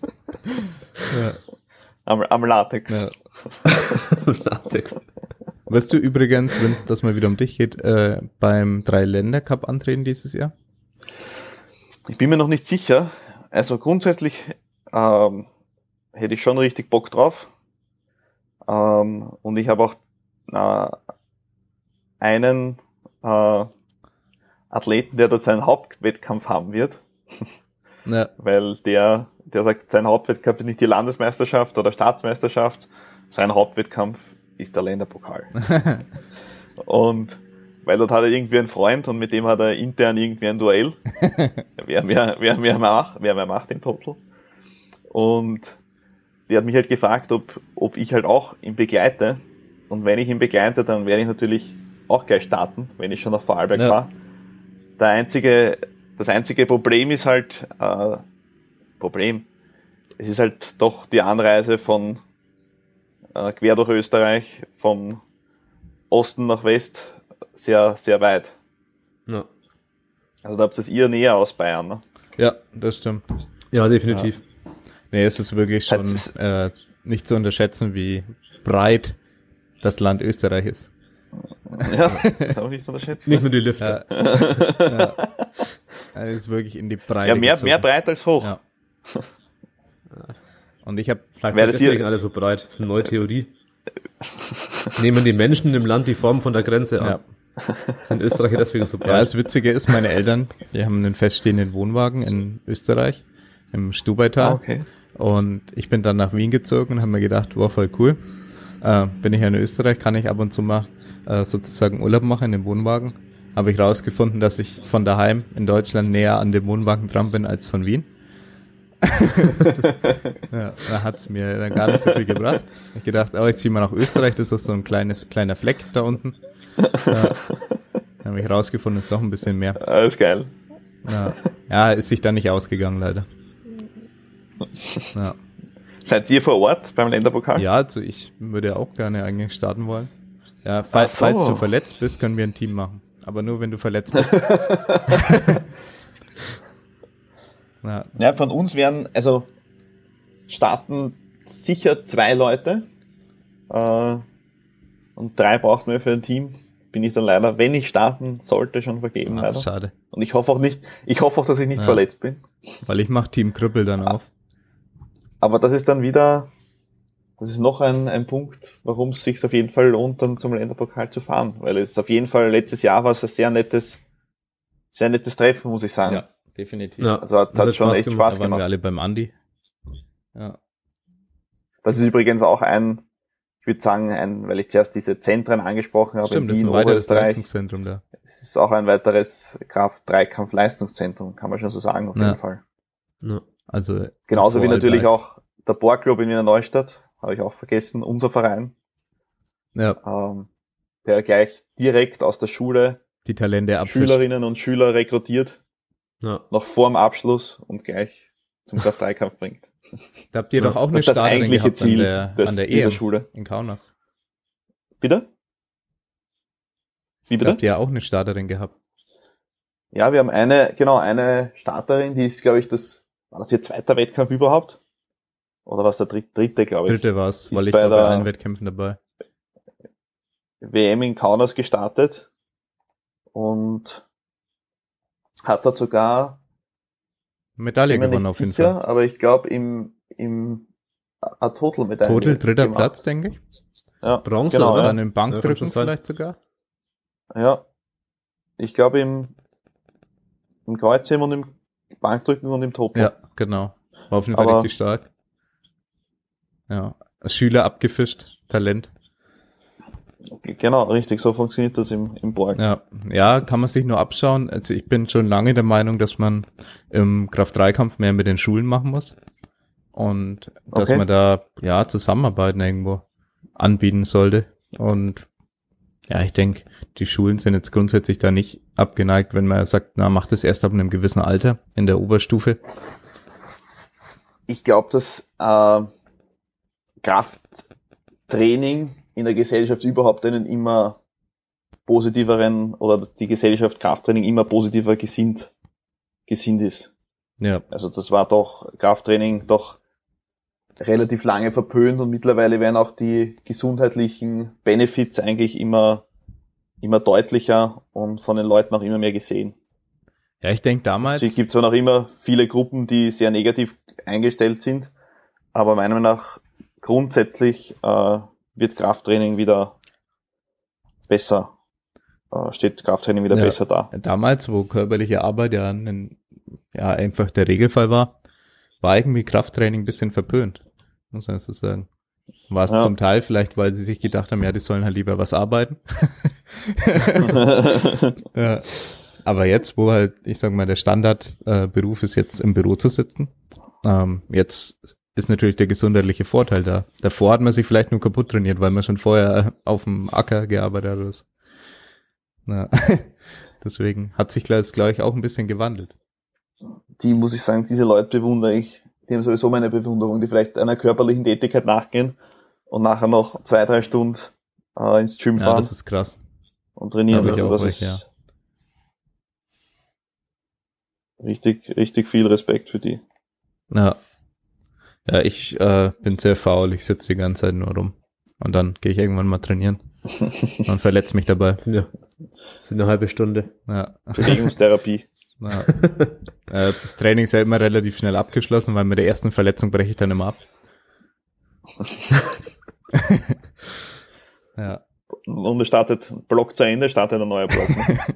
C: Ja.
B: Am, am Latex.
C: Ja.
A: Latex.
C: Wirst du übrigens, wenn das mal wieder um dich geht, äh, beim Drei-Länder-Cup antreten dieses Jahr?
B: Ich bin mir noch nicht sicher. Also grundsätzlich ähm, hätte ich schon richtig Bock drauf. Ähm, und ich habe auch äh, einen äh, Athleten, der da seinen Hauptwettkampf haben wird.
C: Ja.
B: Weil der, der sagt, sein Hauptwettkampf ist nicht die Landesmeisterschaft oder Staatsmeisterschaft, sein Hauptwettkampf ist der Länderpokal. Und weil dort hat er irgendwie einen Freund und mit dem hat er intern irgendwie ein Duell. wer, wer, wer, wer, macht, wer mehr macht den Total. Und der hat mich halt gefragt, ob, ob ich halt auch ihn begleite. Und wenn ich ihn begleite, dann werde ich natürlich auch gleich starten, wenn ich schon nach Vorarlberg ja. war. Der einzige, das einzige Problem ist halt, äh, Problem, es ist halt doch die Anreise von äh, quer durch Österreich, vom Osten nach West, sehr, sehr weit. Ja. Also da habt ihr es eher näher aus Bayern, ne?
C: Ja, das stimmt.
A: Ja, definitiv. Ja.
C: Nee, es ist wirklich schon ist, äh, nicht zu unterschätzen, wie breit das Land Österreich ist.
B: Ja, das ist auch nicht zu unterschätzen.
A: Nicht nur die Lüfte.
C: Ja. Ja. Das ist wirklich in die Breite.
B: Ja, mehr, mehr breit als hoch.
C: Ja. Und ich habe
A: vielleicht sind deswegen alle so breit. Das ist eine neue Theorie. Nehmen die Menschen im Land die Form von der Grenze an. Ja. Sind Österreicher deswegen so breit?
C: Ja, das Witzige ist, meine Eltern, die haben einen feststehenden Wohnwagen in Österreich, im Stubaital.
B: Okay.
C: Und ich bin dann nach Wien gezogen und habe mir gedacht, wow, voll cool. Äh, bin ich ja in Österreich, kann ich ab und zu mal äh, sozusagen Urlaub machen in dem Wohnwagen. Habe ich rausgefunden, dass ich von daheim in Deutschland näher an dem Wohnwagen dran bin als von Wien. Ja, da hat's mir dann gar nicht so viel gebracht. Ich gedacht, oh, ich ziehe mal nach Österreich, das ist so ein kleines, kleiner Fleck da unten. Ja, dann habe ich rausgefunden, ist doch ein bisschen mehr.
B: Alles geil.
C: Ja, ja, ist sich dann nicht ausgegangen, leider. Ja.
B: Seid ihr vor Ort beim Länderpokal?
C: Ja, also ich würde auch gerne eigentlich starten wollen. Ja, falls,
B: so.
C: falls du verletzt bist, können wir ein Team machen. Aber nur, wenn du verletzt bist.
B: Ja. Ja, von uns werden, also starten sicher zwei Leute äh, und drei brauchen wir für ein Team. Bin ich dann leider, wenn ich starten sollte, schon vergeben.
C: Ah,
B: leider.
C: Schade.
B: Und ich hoffe auch nicht, ich hoffe auch, dass ich nicht ja. verletzt bin.
C: Weil ich mache Team Krüppel dann auf.
B: Aber das ist dann wieder, das ist noch ein, ein Punkt, warum es sich auf jeden Fall lohnt, dann zum Länderpokal zu fahren. Weil es auf jeden Fall, letztes Jahr war es ein sehr nettes, sehr nettes Treffen, muss ich sagen.
C: Ja, definitiv.
B: Ja, also hat, hat schon Spaß echt gemacht. Spaß
C: gemacht. Da waren
B: gemacht.
C: wir alle beim Andi. Ja.
B: Das ist übrigens auch ein, ich würde sagen, ein, weil ich zuerst diese Zentren angesprochen habe.
C: Stimmt, das ist ein weiteres Leistungszentrum da.
B: Es ist auch ein weiteres Kraft-Dreikampf-Leistungszentrum, kann man schon so sagen, auf
C: ja.
B: jeden Fall.
C: Ja. Also
B: genauso wie natürlich auch der Bohrclub in Wiener Neustadt, habe ich auch vergessen, unser Verein,
C: ja.
B: ähm, der gleich direkt aus der Schule
C: die Talente abfischt.
B: Schülerinnen und Schüler rekrutiert,
A: ja.
B: noch vor dem Abschluss und gleich zum Kraft-Dreikampf bringt.
C: Da habt ihr ja. doch auch eine Starterin gehabt Ziel an der, des, an der E M
B: Schule
C: in Kaunas.
B: Bitte? Wie bitte?
C: Da habt ihr ja auch eine Starterin gehabt.
B: Ja, wir haben eine, genau, eine Starterin, die ist, glaube ich, das, war das ihr zweiter Wettkampf überhaupt? Oder war es der dritte, dritte glaube ich?
C: Dritte war es, weil ich bei war bei allen Wettkämpfen dabei.
B: W M in Kaunas gestartet und hat dort sogar
C: Medaille gewonnen auf jeden
B: sicher,
C: Fall.
B: Aber ich glaube im, im a Total Medaille.
C: Total dritter gemacht. Platz, denke ich.
B: Ja,
A: Bronze,
B: genau,
A: oder?
C: Dann im Bankdrücken ja, vielleicht sogar.
B: Ja. Ich glaube im, im Kreuzheben und im Bankdrücken und im Total.
C: Ja, genau. War auf jeden Fall
B: aber
C: richtig stark. Ja. Schüler abgefischt. Talent.
B: Genau, richtig, so funktioniert das im, im Borg.
C: Ja, ja, kann man sich nur abschauen. Also ich bin schon lange der Meinung, dass man im Kraft-Dreikampf mehr mit den Schulen machen muss. Und dass
B: okay.
C: man da, ja, Zusammenarbeiten irgendwo anbieten sollte. Und ja, ich denke, die Schulen sind jetzt grundsätzlich da nicht abgeneigt, wenn man sagt, na, macht das erst ab einem gewissen Alter in der Oberstufe.
B: Ich glaube, dass äh, Krafttraining in der Gesellschaft überhaupt einen immer positiveren oder die Gesellschaft Krafttraining immer positiver gesinnt, gesinnt ist.
C: Ja.
B: Also das war doch Krafttraining doch relativ lange verpönt und mittlerweile werden auch die gesundheitlichen Benefits eigentlich immer, immer deutlicher und von den Leuten auch immer mehr gesehen.
C: Ja, ich denke damals...
B: Es gibt zwar noch immer viele Gruppen, die sehr negativ eingestellt sind, aber meiner Meinung nach grundsätzlich äh, wird Krafttraining wieder besser, äh, steht Krafttraining wieder
C: ja,
B: besser da.
C: Damals, wo körperliche Arbeit ja, ein, ja einfach der Regelfall war, war irgendwie Krafttraining ein bisschen verpönt, muss man so sagen. War es ja. zum Teil vielleicht, weil sie sich gedacht haben, ja, die sollen halt lieber was arbeiten. ja. Aber jetzt, wo halt, ich sag mal, der Standardberuf äh, ist jetzt im Büro zu sitzen, ähm, jetzt ist natürlich der gesundheitliche Vorteil da. Davor hat man sich vielleicht nur kaputt trainiert, weil man schon vorher auf dem Acker gearbeitet hat oder so. Ja. Deswegen hat sich das, glaube ich, auch ein bisschen gewandelt.
B: Die, muss ich sagen, diese Leute bewundere ich. Die haben sowieso meine Bewunderung, die vielleicht einer körperlichen Tätigkeit nachgehen und nachher noch zwei, drei Stunden äh, ins Gym fahren.
C: Ja, das ist krass.
B: Und trainieren.
C: Da ich auch
B: das
C: euch,
B: ist
C: ja.
B: richtig, richtig viel Respekt für die.
C: Ja. Ja, ich äh, bin sehr faul, ich sitze die ganze Zeit nur rum. Und dann gehe ich irgendwann mal trainieren. Und verletze mich dabei.
A: Ja. Für eine halbe Stunde.
C: Ja.
B: Bewegungstherapie.
C: Ja. äh, das Training ist ja immer relativ schnell abgeschlossen, weil mit der ersten Verletzung breche ich dann immer ab. ja.
B: Und es startet Block zu Ende, startet ein neuer Block.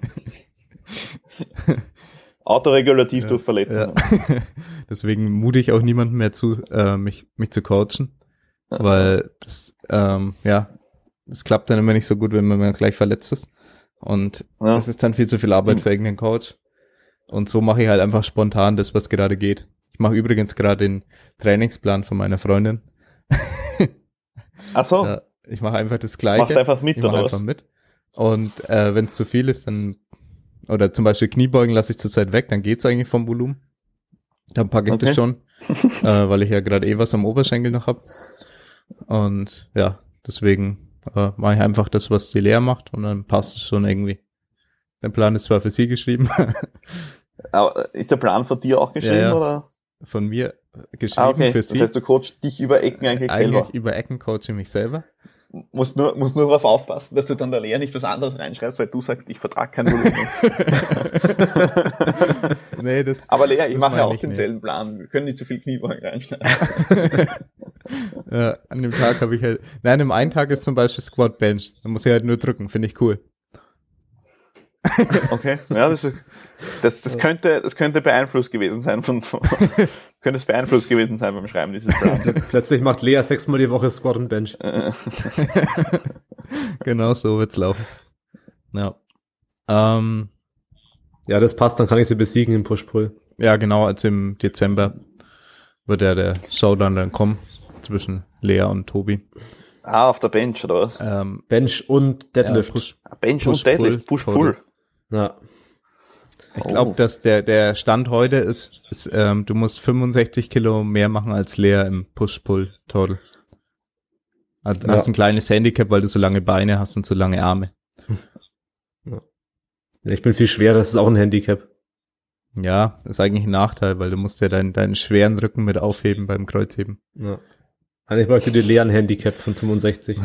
B: Autoregulativ ja, durch Verletzungen.
C: Ja. Deswegen mute ich auch niemandem mehr zu, äh, mich, mich zu coachen, ja. weil das, ähm, ja, das klappt dann immer nicht so gut, wenn man gleich verletzt ist. Und ja. das ist dann viel zu viel Arbeit für irgendeinen Coach. Und so mache ich halt einfach spontan das, was gerade geht. Ich mache übrigens gerade den Trainingsplan von meiner Freundin.
B: Ach so.
C: Ja, ich mache einfach das Gleiche.
B: Machst einfach mit,
C: ich mache
B: oder
C: einfach
B: was?
C: mit. Und äh, wenn es zu viel ist, dann oder zum Beispiel Kniebeugen lasse ich zurzeit weg, dann geht's eigentlich vom Volumen. Dann packe ich okay. das schon, äh, weil ich ja gerade eh was am Oberschenkel noch hab. Und ja, deswegen äh, mache ich einfach das, was die Lea macht und dann passt es schon irgendwie. Der Plan ist zwar für sie geschrieben.
B: Aber ist der Plan von dir auch geschrieben, ja, ja. oder?
C: Von mir geschrieben
B: ah, okay.
C: für sie.
B: Das heißt, du coachst dich über Ecken eigentlich,
C: eigentlich
B: selber?
C: Eigentlich über Ecken coache ich mich selber.
B: Musst nur, musst nur darauf aufpassen, dass du dann der Lea nicht was anderes reinschreibst, weil du sagst, ich vertrage kein Volumen.
C: nee, das,
B: aber Lea, ich
C: das
B: mache ja auch
C: nicht,
B: denselben
C: nee.
B: Plan. Wir können nicht zu viel Kniebeugen reinschneiden.
C: ja, an dem Tag habe ich halt, nein, an dem einen Tag ist zum Beispiel Squat Bench. Da muss ich halt nur drücken, finde ich cool.
B: Okay, ja, das, das, das könnte, das könnte beeinflusst gewesen sein von, von könnte es beeinflusst gewesen sein beim Schreiben dieses Plans.
A: Plötzlich macht Lea sechsmal die Woche Squat und Bench.
C: Genau so wird's laufen. Ja. Ähm,
A: ja, das passt, dann kann ich sie besiegen im Push-Pull.
C: Ja, genau, also im Dezember wird ja der Showdown dann kommen zwischen Lea und Tobi.
B: Ah, auf der Bench, oder was?
C: Ähm,
A: Bench und Deadlift.
C: Ja, Push,
B: Bench
C: Push,
B: und Deadlift, Push-Pull.
A: Ja.
C: Ich glaube, oh. dass der der Stand heute ist, ist ähm, du musst fünfundsechzig Kilo mehr machen als Lea im Push-Pull-Total. Also ja. Hast ein kleines Handicap, weil du so lange Beine hast und so lange Arme.
A: Ja. Ich bin viel schwerer, das ist auch ein Handicap.
C: Ja, das ist eigentlich ein Nachteil, weil du musst ja deinen deinen schweren Rücken mit aufheben beim Kreuzheben.
A: Ja. Ich bräuchte die Lea ein Handicap von fünfundsechzig.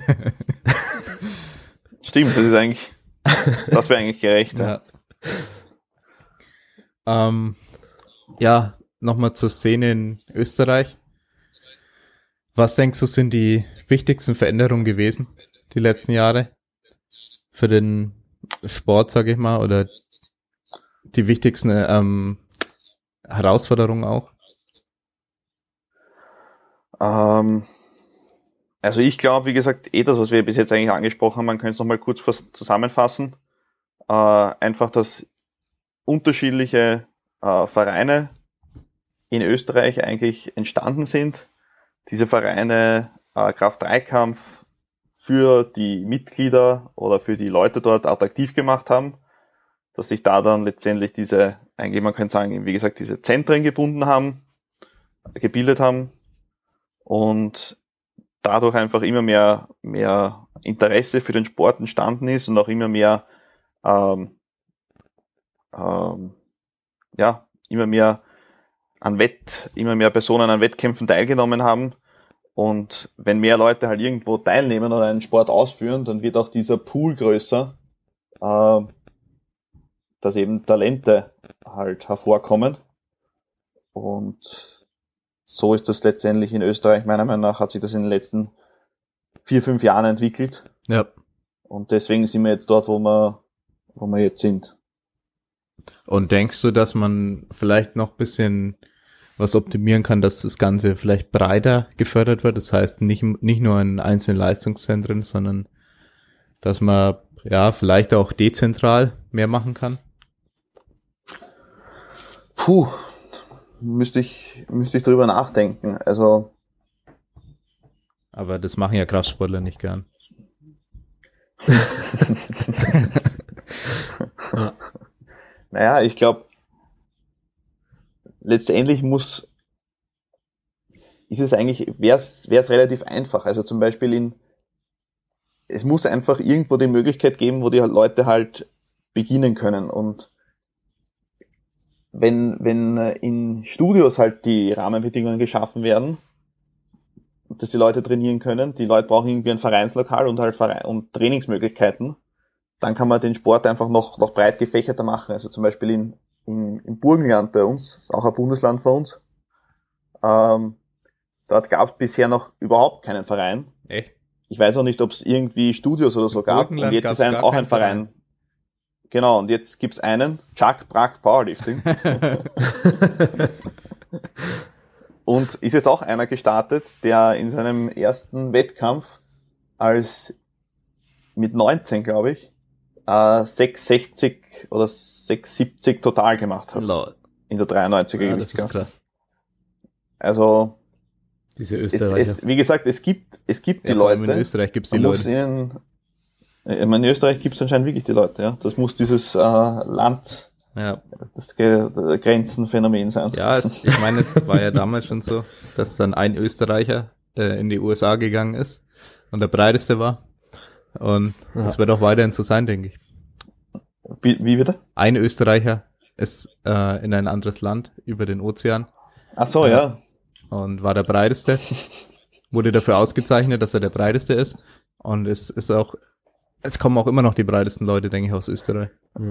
B: Stimmt, das ist eigentlich, das wäre eigentlich gerecht.
C: Ja. Ähm, ja, nochmal zur Szene in Österreich. Was denkst du, sind die wichtigsten Veränderungen gewesen, die letzten Jahre? Für den Sport, sage ich mal, oder die wichtigsten ähm, Herausforderungen auch?
B: Ähm, also ich glaube, wie gesagt, eh das, was wir bis jetzt eigentlich angesprochen haben, man könnte es nochmal kurz zusammenfassen. Äh, einfach, dass unterschiedliche äh, Vereine in Österreich eigentlich entstanden sind. Diese Vereine äh, Kraft-Dreikampf für die Mitglieder oder für die Leute dort attraktiv gemacht haben, dass sich da dann letztendlich diese, eigentlich man könnte sagen, wie gesagt, diese Zentren gebunden haben, gebildet haben und dadurch einfach immer mehr, mehr Interesse für den Sport entstanden ist und auch immer mehr ähm, ähm, ja, immer mehr an Wett, immer mehr Personen an Wettkämpfen teilgenommen haben. Und wenn mehr Leute halt irgendwo teilnehmen oder einen Sport ausführen, dann wird auch dieser Pool größer, äh, dass eben Talente halt hervorkommen. Und so ist das letztendlich in Österreich, meiner Meinung nach, hat sich das in den letzten vier, fünf Jahren entwickelt.
C: Ja.
B: Und deswegen sind wir jetzt dort, wo wir, wo wir jetzt sind.
C: Und denkst du, dass man vielleicht noch ein bisschen was optimieren kann, dass das Ganze vielleicht breiter gefördert wird? Das heißt, nicht, nicht nur in einzelnen Leistungszentren, sondern dass man ja vielleicht auch dezentral mehr machen kann?
B: Puh, müsste ich, müsste ich drüber nachdenken. Also.
C: Aber das machen ja Kraftsportler nicht gern.
B: Naja, ich glaube, letztendlich muss, ist es eigentlich, wäre es relativ einfach. Also zum Beispiel in, es muss einfach irgendwo die Möglichkeit geben, wo die Leute halt beginnen können. Und wenn, wenn in Studios halt die Rahmenbedingungen geschaffen werden, dass die Leute trainieren können, die Leute brauchen irgendwie ein Vereinslokal und halt Verein und Trainingsmöglichkeiten, dann kann man den Sport einfach noch, noch breit gefächerter machen. Also zum Beispiel in, in, im Burgenland bei uns, auch ein Bundesland von uns, ähm, dort gab es bisher noch überhaupt keinen Verein.
C: Echt?
B: Ich weiß auch nicht, ob es irgendwie Studios oder so gab. Und jetzt ist ein, auch ein Verein. Verein. Genau, und jetzt gibt's einen, Chuck Brack Powerlifting. Und ist jetzt auch einer gestartet, der in seinem ersten Wettkampf als mit neunzehn, glaube ich, äh, sechs sechzig oder sechs siebzig total gemacht hat.
C: Lol.
B: In der dreiundneunziger
C: ja, das ist krass.
B: Also
A: diese Österreicher.
B: Es, es, wie gesagt, es gibt es gibt
C: ja,
B: die
C: vor
B: Leute.
C: allem in Österreich gibt's die
B: Man
C: Leute.
B: Muss ihnen, ich meine, in Österreich gibt es anscheinend wirklich die Leute, ja. Das muss dieses äh, Land,
C: ja.
B: das Ge- Grenzenphänomen sein.
C: Ja, es, ich meine, es war ja damals schon so, dass dann ein Österreicher äh, in die U S A gegangen ist und der breiteste war. Und
A: ja.
C: Das wird auch weiterhin so sein, denke ich.
B: Wie, wie bitte?
C: Ein Österreicher ist äh, in ein anderes Land über den Ozean.
B: Ach so, ja.
C: Und war der breiteste. Wurde dafür ausgezeichnet, dass er der breiteste ist. Und es ist auch, es kommen auch immer noch die breitesten Leute, denke ich, aus Österreich.
A: Ja.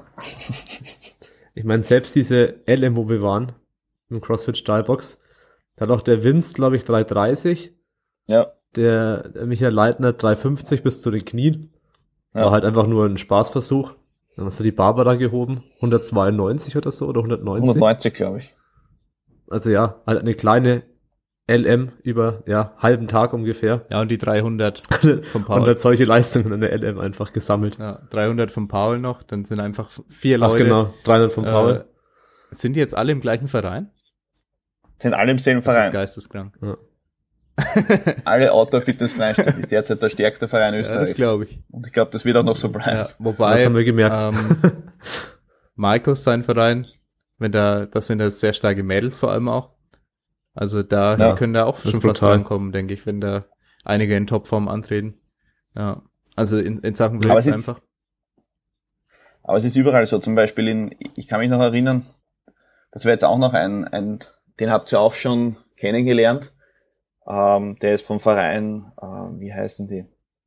A: Ich meine, selbst diese L M, wo wir waren, im CrossFit Stahlbox, da hat auch der Vince, glaube ich, drei dreißig.
B: Ja.
A: Der, der Michael Leitner drei fünfzig bis zu den Knien.
B: Ja.
A: War halt einfach nur ein Spaßversuch. Dann hast du die Barbara gehoben, hundertzweiundneunzig oder so, oder hundertneunzig.
B: hundertneunzig, glaube ich.
A: Also ja, halt eine kleine L M über, ja, halben Tag ungefähr.
C: Ja, und die dreihundert vom Paul.
A: Und hat solche Leistungen in der L M einfach gesammelt.
C: Ja, dreihundert vom Paul noch, dann sind einfach vier
A: Ach
C: Leute.
A: genau, dreihundert vom Paul.
C: Äh, sind die jetzt alle im gleichen Verein?
B: Sind alle im selben
C: Das
B: Verein.
C: ist geisteskrank.
A: Ja.
B: Alle Outdoor-Fitness-Vereine ist derzeit der stärkste Verein Österreichs.
C: Ja, das glaube ich.
B: Und ich glaube, das wird auch noch so bleiben.
C: Ja, wobei,
A: das haben wir gemerkt.
C: Ähm, Markus, sein Verein, wenn da, das sind ja sehr starke Mädels vor allem auch. Also da
B: Ja,
C: können da auch
A: das
C: schon
A: ist
C: fast
A: brutal.
C: rankommen, denke ich, wenn da einige in Topform antreten. Ja, also in, in Sachen
B: Aber
C: Blitz
B: es ist-
C: einfach.
B: Aber es ist überall so. Zum Beispiel in, ich kann mich noch erinnern, das wäre jetzt auch noch ein, ein, den habt ihr auch schon kennengelernt. Ähm, der ist vom Verein, äh, wie heißen die?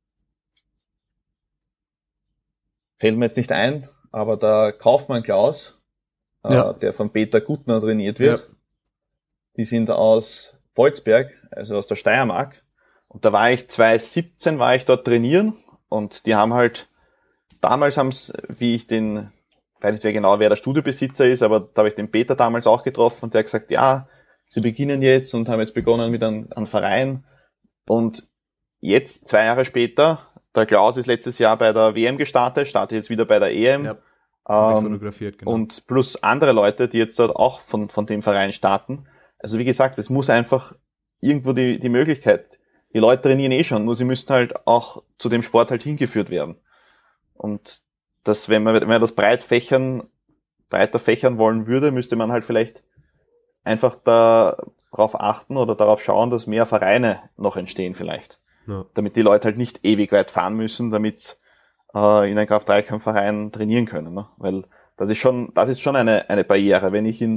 B: Fällt mir jetzt nicht ein, aber der Kaufmann Klaus, äh,
A: Ja.
B: der von Peter Guttner trainiert wird,
C: Ja.
B: die sind aus Volzberg, also aus der Steiermark. Und da war ich zwanzig siebzehn war ich dort trainieren und die haben halt, damals haben's, wie ich den, ich weiß nicht wer genau, wer der Studiobesitzer ist, aber da habe ich den Peter damals auch getroffen und der hat gesagt, ja, sie beginnen jetzt und haben jetzt begonnen mit einem, einem Verein. Und jetzt, zwei Jahre später, der Klaus ist letztes Jahr bei der W M gestartet, startet jetzt wieder bei der E M.
C: Ja, hab ich
B: Ähm,
C: fotografiert, genau.
B: und plus andere Leute, die jetzt dort auch von, von dem Verein starten. Also wie gesagt, es muss einfach irgendwo die, die Möglichkeit, die Leute trainieren eh schon, nur sie müssen halt auch zu dem Sport halt hingeführt werden. Und das, wenn man, wenn man das breit fächern, breiter fächern wollen würde, müsste man halt vielleicht einfach darauf achten oder darauf schauen, dass mehr Vereine noch entstehen vielleicht.
A: Ja.
B: Damit die Leute halt nicht ewig weit fahren müssen, damit äh, in einem Kraft-Dreikampfverein trainieren können. Ne? Weil das ist schon, das ist schon eine, eine Barriere. Wenn ich in,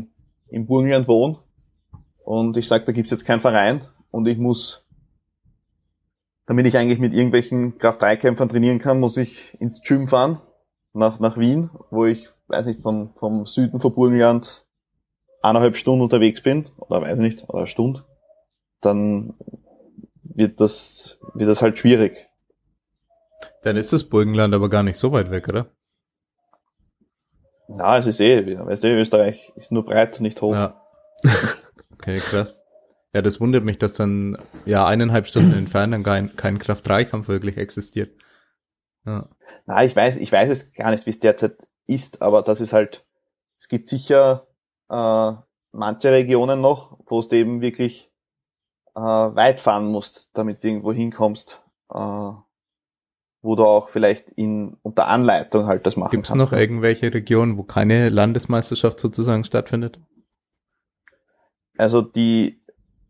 B: im Burgenland wohne und ich sage, da gibt's jetzt keinen Verein und ich muss, damit ich eigentlich mit irgendwelchen Kraft drei Kämpfern trainieren kann, muss ich ins Gym fahren, nach, nach Wien, wo ich, weiß nicht, von, vom Süden von Burgenland eineinhalb Stunden unterwegs bin, oder weiß nicht, oder eine Stunde, dann wird das, wird das halt schwierig.
C: Dann ist das Burgenland aber gar nicht so weit weg, oder?
B: Ja, es ist eh, weißt du, Österreich ist nur breit und nicht hoch.
C: Ja. Okay, krass. Ja, das wundert mich, dass dann ja eineinhalb Stunden entfernt dann kein, kein Kraft drei Kampf wirklich existiert. Ja.
B: Na, ich weiß, ich weiß es gar nicht, wie es derzeit ist, aber das ist halt, es gibt sicher äh, manche Regionen noch, wo du eben wirklich äh, weit fahren musst, damit du irgendwo hinkommst, äh, wo du auch vielleicht in unter Anleitung halt das machen
C: Gibt's
B: kannst.
C: Gibt es noch irgendwelche Regionen, wo keine Landesmeisterschaft sozusagen stattfindet?
B: Also die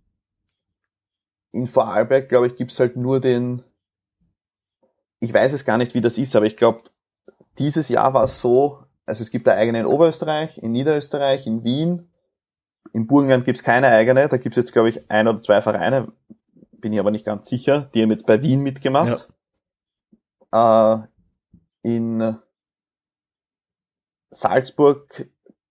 B: in Vorarlberg, glaube ich, gibt's halt nur den, ich weiß es gar nicht, wie das ist, aber ich glaube, dieses Jahr war es so, also es gibt eine eigene in Oberösterreich, in Niederösterreich, in Wien, im Burgenland gibt's keine eigene, da gibt's jetzt, glaube ich, ein oder zwei Vereine, bin ich aber nicht ganz sicher, die haben jetzt bei Wien mitgemacht. Ja. Äh, in Salzburg,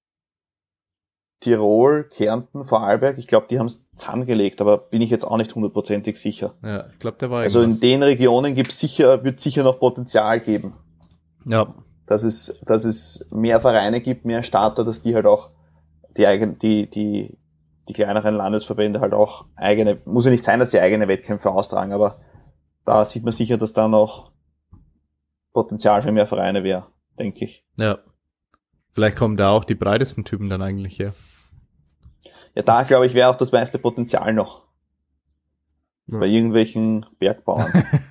B: Tirol, Kärnten, Vorarlberg, ich glaube, die haben es zusammengelegt, aber bin ich jetzt auch nicht hundertprozentig sicher.
C: Ja, ich glaube, der war
B: Also in den Regionen gibt's sicher, wird sicher noch Potenzial geben.
C: Ja.
B: Dass es, dass es mehr Vereine gibt, mehr Starter, dass die halt auch die eigenen, die, die, die kleineren Landesverbände halt auch eigene, muss ja nicht sein, dass sie eigene Wettkämpfe austragen, aber da sieht man sicher, dass da noch Potenzial für mehr Vereine wäre, denke ich.
C: Ja. Vielleicht kommen da auch die breitesten Typen dann eigentlich her.
B: Ja, da glaube ich, wäre auch das meiste Potenzial noch. Ja. Bei irgendwelchen Bergbauern.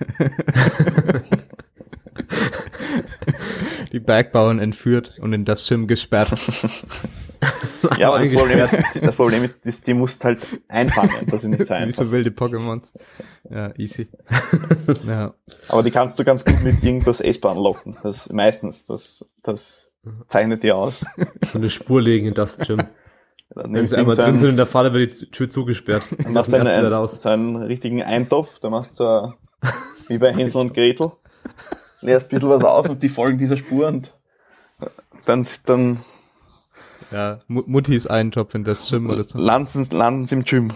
C: Die Bergbauern entführt und in das Gym gesperrt.
B: Ja, aber das Problem ist, das Problem ist, die, die musst halt einfangen. Das ist nicht so einfach.
C: Wie so wilde Pokémons. Ja, easy. Ja.
B: Aber die kannst du ganz gut mit irgendwas essbaren locken. Das meistens, das, das zeichnet die aus.
A: So eine Spur legen in das Gym.
B: Dann
A: Wenn sie einmal so drin sind in der Falle, wird die Tür zugesperrt.
B: Dann machst du einen, einen, so einen richtigen Eintopf, da machst du so, wie bei Hänsel und Gretel, leerst ein bisschen was aus und die folgen dieser Spur und dann, dann
C: ja, Muttis Eintopf in das Gym oder so.
B: Landen, landen sie im Gym.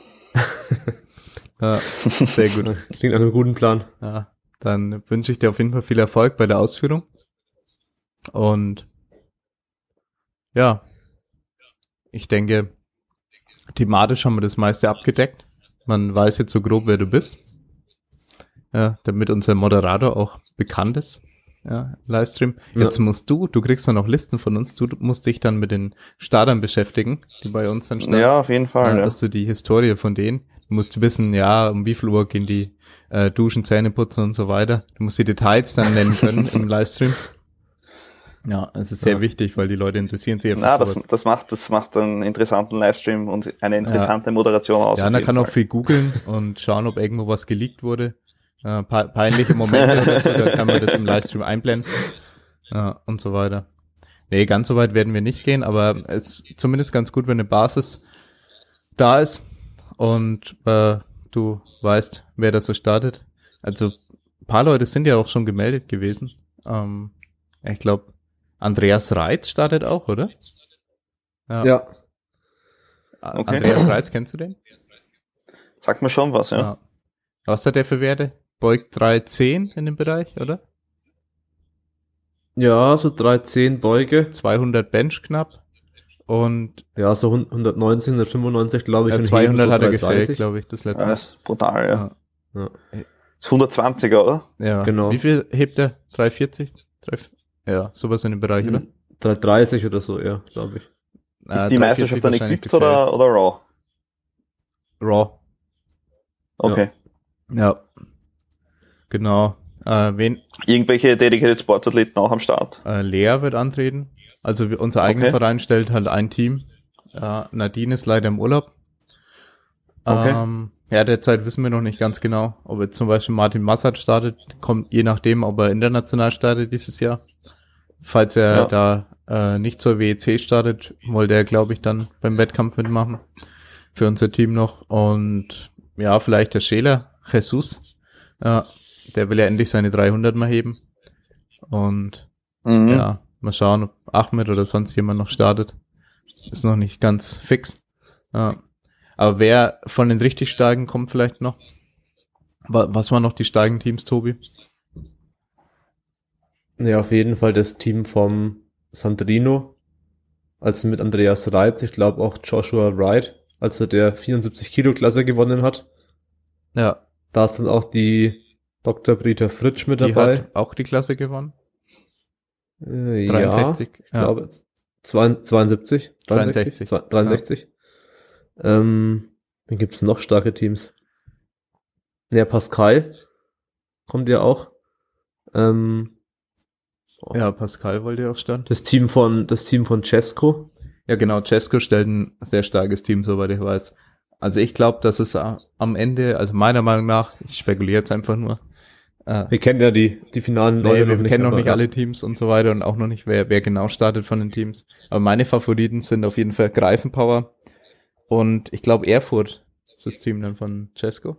C: Ja, sehr gut.
A: Klingt nach einem guten Plan.
C: Ja, dann wünsche ich dir auf jeden Fall viel Erfolg bei der Ausführung. Und ja, ich denke, thematisch haben wir das meiste abgedeckt. Man weiß jetzt so grob, wer du bist. Ja, damit unser Moderator auch bekannt ist. Ja, Livestream. Jetzt ja. musst du, du kriegst dann auch Listen von uns, du musst dich dann mit den Startern beschäftigen, die bei uns dann starten.
B: Ja, auf jeden Fall.
C: Ja,
B: ja.
C: Dass du die Historie von denen, du musst wissen, ja, um wie viel Uhr gehen die äh, duschen, Zähne putzen und so weiter. Du musst die Details dann nennen können im Livestream. Ja, es ist sehr ja. wichtig, weil die Leute interessieren sich
B: ja das, das macht das macht einen interessanten Livestream und eine interessante ja. Moderation aus.
C: Ja, man kann Fall. auch viel googeln und schauen, ob irgendwo was geleakt wurde. Äh, pe- peinliche Momente oder so, da kann man das im Livestream einblenden. Ja, und so weiter. Nee, ganz so weit werden wir nicht gehen, aber es ist zumindest ganz gut, wenn eine Basis da ist und äh, du weißt, wer das so startet. Also ein paar Leute sind ja auch schon gemeldet gewesen. Ähm, ich glaube, Andreas Reitz startet auch, oder?
A: Ja. ja.
C: Okay. Andreas Reitz, kennst du den?
B: Sagt mir schon was, ja. ja.
C: Was hat der für Werte? Beugt drei zehn in dem Bereich, oder?
A: Ja, so drei zehn Beuge.
C: zweihundert Bench knapp. Und
A: ja, so hundertneunzig, hundertfünfundneunzig, glaube ich.
C: Ja, zweihundert hat er gefällt, glaube ich, das letzte Mal.
B: Ja, das ist brutal, ja.
A: ja. ja.
B: Das hundertzwanziger, oder?
C: Ja, genau. Wie viel hebt er? drei vierzig? Ja, sowas in dem Bereich, oder?
A: drei dreißig oder so, ja, glaube ich.
B: Ist die Meisterschaft dann equipped oder, oder Raw?
C: Raw.
B: Okay.
C: Ja, ja. Genau. Äh, wen?
B: Irgendwelche Dedicated Sports Athleten auch am Start?
C: Äh, Lea wird antreten. Also wir, unser eigener okay. Verein stellt halt ein Team. Äh, Nadine ist leider im Urlaub.
B: Okay.
C: Ähm, ja, derzeit wissen wir noch nicht ganz genau, ob jetzt zum Beispiel Martin Massad startet. Kommt je nachdem, ob er international startet dieses Jahr. Falls er
B: ja.
C: da äh, nicht zur W E C startet, wollte er, glaube ich, dann beim Wettkampf mitmachen. Für unser Team noch. Und ja, vielleicht der Scheler, Jesus. Äh, der will ja endlich seine dreihundert mal heben. Und mhm. ja, mal schauen, ob Ahmed oder sonst jemand noch startet. Ist noch nicht ganz fix. Äh, aber wer von den richtig starken kommt vielleicht noch? Was waren noch die starken Teams, Tobi?
A: Ja, auf jeden Fall das Team vom Sandrino, also mit Andreas Reitz, ich glaube auch Joshua Wright, als er der vierundsiebzig Kilo Klasse gewonnen hat.
C: Ja.
A: Da ist dann auch die Doktor Britta Fritsch mit
C: die
A: dabei.
C: Hat auch die Klasse gewonnen?
A: Äh,
C: dreiundsechzig?
A: Ja, ich ja. glaube zweiundsiebzig, dreiundsechzig, dreiundsechzig. dreiundsechzig. Ja. Ähm, wen gibt's noch starke Teams? Ja, Pascal kommt ja auch. Ähm,
C: oh. Ja, Pascal wollte ja auch starten.
A: Das Team von, das Team von Cesco.
C: Ja, genau, Cesco stellt ein sehr starkes Team, soweit ich weiß. Also ich glaube, dass es am Ende, also meiner Meinung nach, ich spekuliere jetzt einfach nur.
A: Äh, wir kennen ja die, die finalen
C: nee, Leute noch wir nicht. Wir kennen noch nicht ja. alle Teams und so weiter und auch noch nicht, wer, wer genau startet von den Teams. Aber meine Favoriten sind auf jeden Fall Greifenpower und ich glaube Erfurt ist das Team dann von Cesco.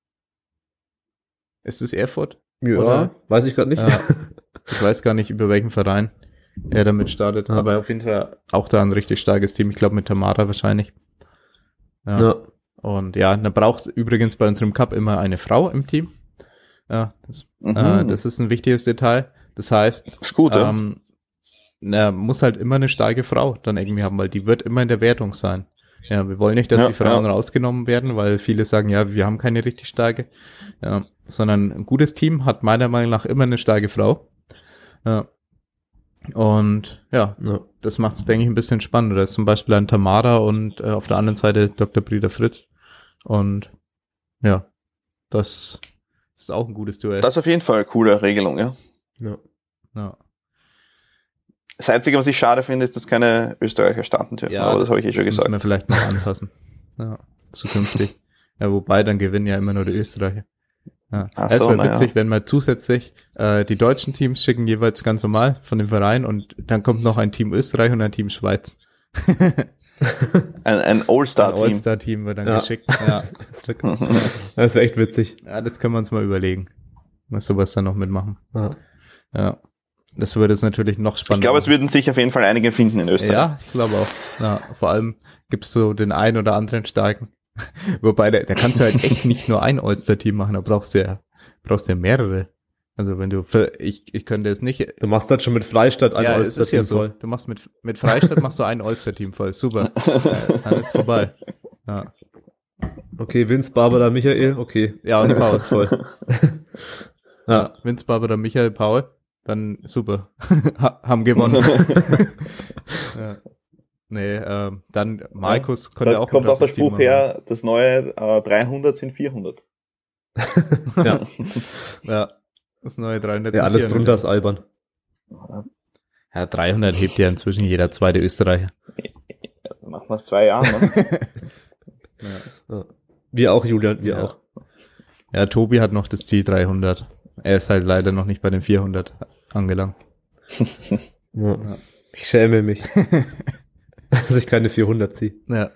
C: Ist es Erfurt?
A: Ja, oder? Weiß ich gerade nicht.
C: Äh, ich weiß gar nicht, über welchen Verein er damit startet, ja. aber auf jeden Fall auch da ein richtig starkes Team. Ich glaube mit Tamara wahrscheinlich. Ja. ja. Und ja, da braucht es übrigens bei unserem Cup immer eine Frau im Team. Ja, das, mhm. äh, das ist ein wichtiges Detail. Das heißt,
B: ist gut,
C: ähm, ja. na, muss halt immer eine starke Frau dann irgendwie haben, weil die wird immer in der Wertung sein. Ja, wir wollen nicht, dass ja, die Frauen ja. rausgenommen werden, weil viele sagen, ja, wir haben keine richtig starke. Ja, sondern ein gutes Team hat meiner Meinung nach immer eine starke Frau. Ja. Und ja, ja. das macht es, denke ich, ein bisschen spannender. Da ist zum Beispiel ein Tamara und äh, auf der anderen Seite Doktor Britta Fritsch. Und ja, das ist auch ein gutes Duell.
B: Das ist auf jeden Fall eine coole Regelung, ja.
A: Ja.
C: ja.
B: Das Einzige, was ich schade finde, ist, dass keine Österreicher starten dürfen.
C: Ja,
B: aber das, das habe ich eh schon
C: das
B: gesagt.
C: Das müssen wir vielleicht noch anpassen. Ja, zukünftig. Ja, wobei, dann gewinnen ja immer nur die Österreicher. Ja. Es so, wäre witzig, ja. wenn mal zusätzlich äh, die deutschen Teams schicken jeweils ganz normal von dem Verein und dann kommt noch ein Team Österreich und ein Team Schweiz.
B: ein ein All-Star-Team.
C: Ein All-Star-Team wird dann ja. geschickt. Ja.
A: Das ist echt witzig.
C: Ja, das können wir uns mal überlegen, was sowas dann noch mitmachen.
A: Ja.
C: ja. Das würde es natürlich noch spannender.
B: Ich glaube, es würden sich auf jeden Fall einige finden in Österreich.
C: Ja, ich glaube auch. Ja, vor allem gibt's so den einen oder anderen starken. Wobei, da, da kannst du halt echt nicht nur ein All-Star-Team machen, da brauchst du ja, brauchst du ja mehrere. Also wenn du, für, ich, ich könnte es nicht.
A: Du machst das schon mit Freistadt ein
C: ja,
A: All-Star-Team
C: ja so. voll. Du machst mit, mit Freistadt machst du ein All-Star-Team voll. Super. Ja, dann ist vorbei. Ja.
A: Okay, Vince, Barbara, Michael, okay.
C: Ja, und Paul.
A: ist voll.
C: ja. ja, Vince, Barbara, Michael, Paul, dann super. ha, haben gewonnen. ja. Nee, äh, dann Markus ja, konnte
B: da
C: auch
B: kommt auch das Buch her, das neue äh, dreihundert sind vierhundert.
C: ja. ja, das neue dreihundert
A: ja, alles drunter ist albern.
C: Ja, dreihundert hebt ja inzwischen jeder zweite Österreicher.
B: Das machen wir zwei Jahre, ne?
A: ja. Wir auch, Julian, wir
C: ja.
A: auch.
C: Ja, Tobi hat noch das Ziel dreihundert. Er ist halt leider noch nicht bei den vierhundert angelangt.
A: ja. Ja. Ich schäme mich. Dass ich keine vierhundert ziehe.
C: Ja.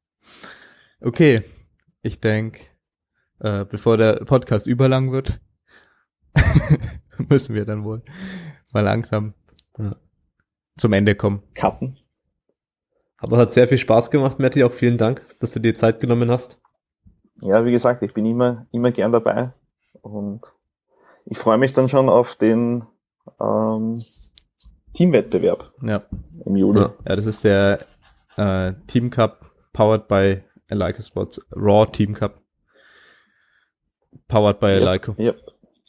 C: Okay. Ich denke, äh, bevor der Podcast überlang wird, müssen wir dann wohl mal langsam ja. zum Ende kommen.
B: Cutten.
A: Aber hat sehr viel Spaß gemacht, Matti. Auch vielen Dank, dass du dir Zeit genommen hast.
B: Ja, wie gesagt, ich bin immer, immer gern dabei. Und ich freue mich dann schon auf den ähm, Teamwettbewerb.
C: Ja.
B: Im Juli.
C: Ja, ja das ist der äh, Team Cup powered by Eleiko Sports. Raw Team Cup. Powered by yep, Eleiko.
B: Yep.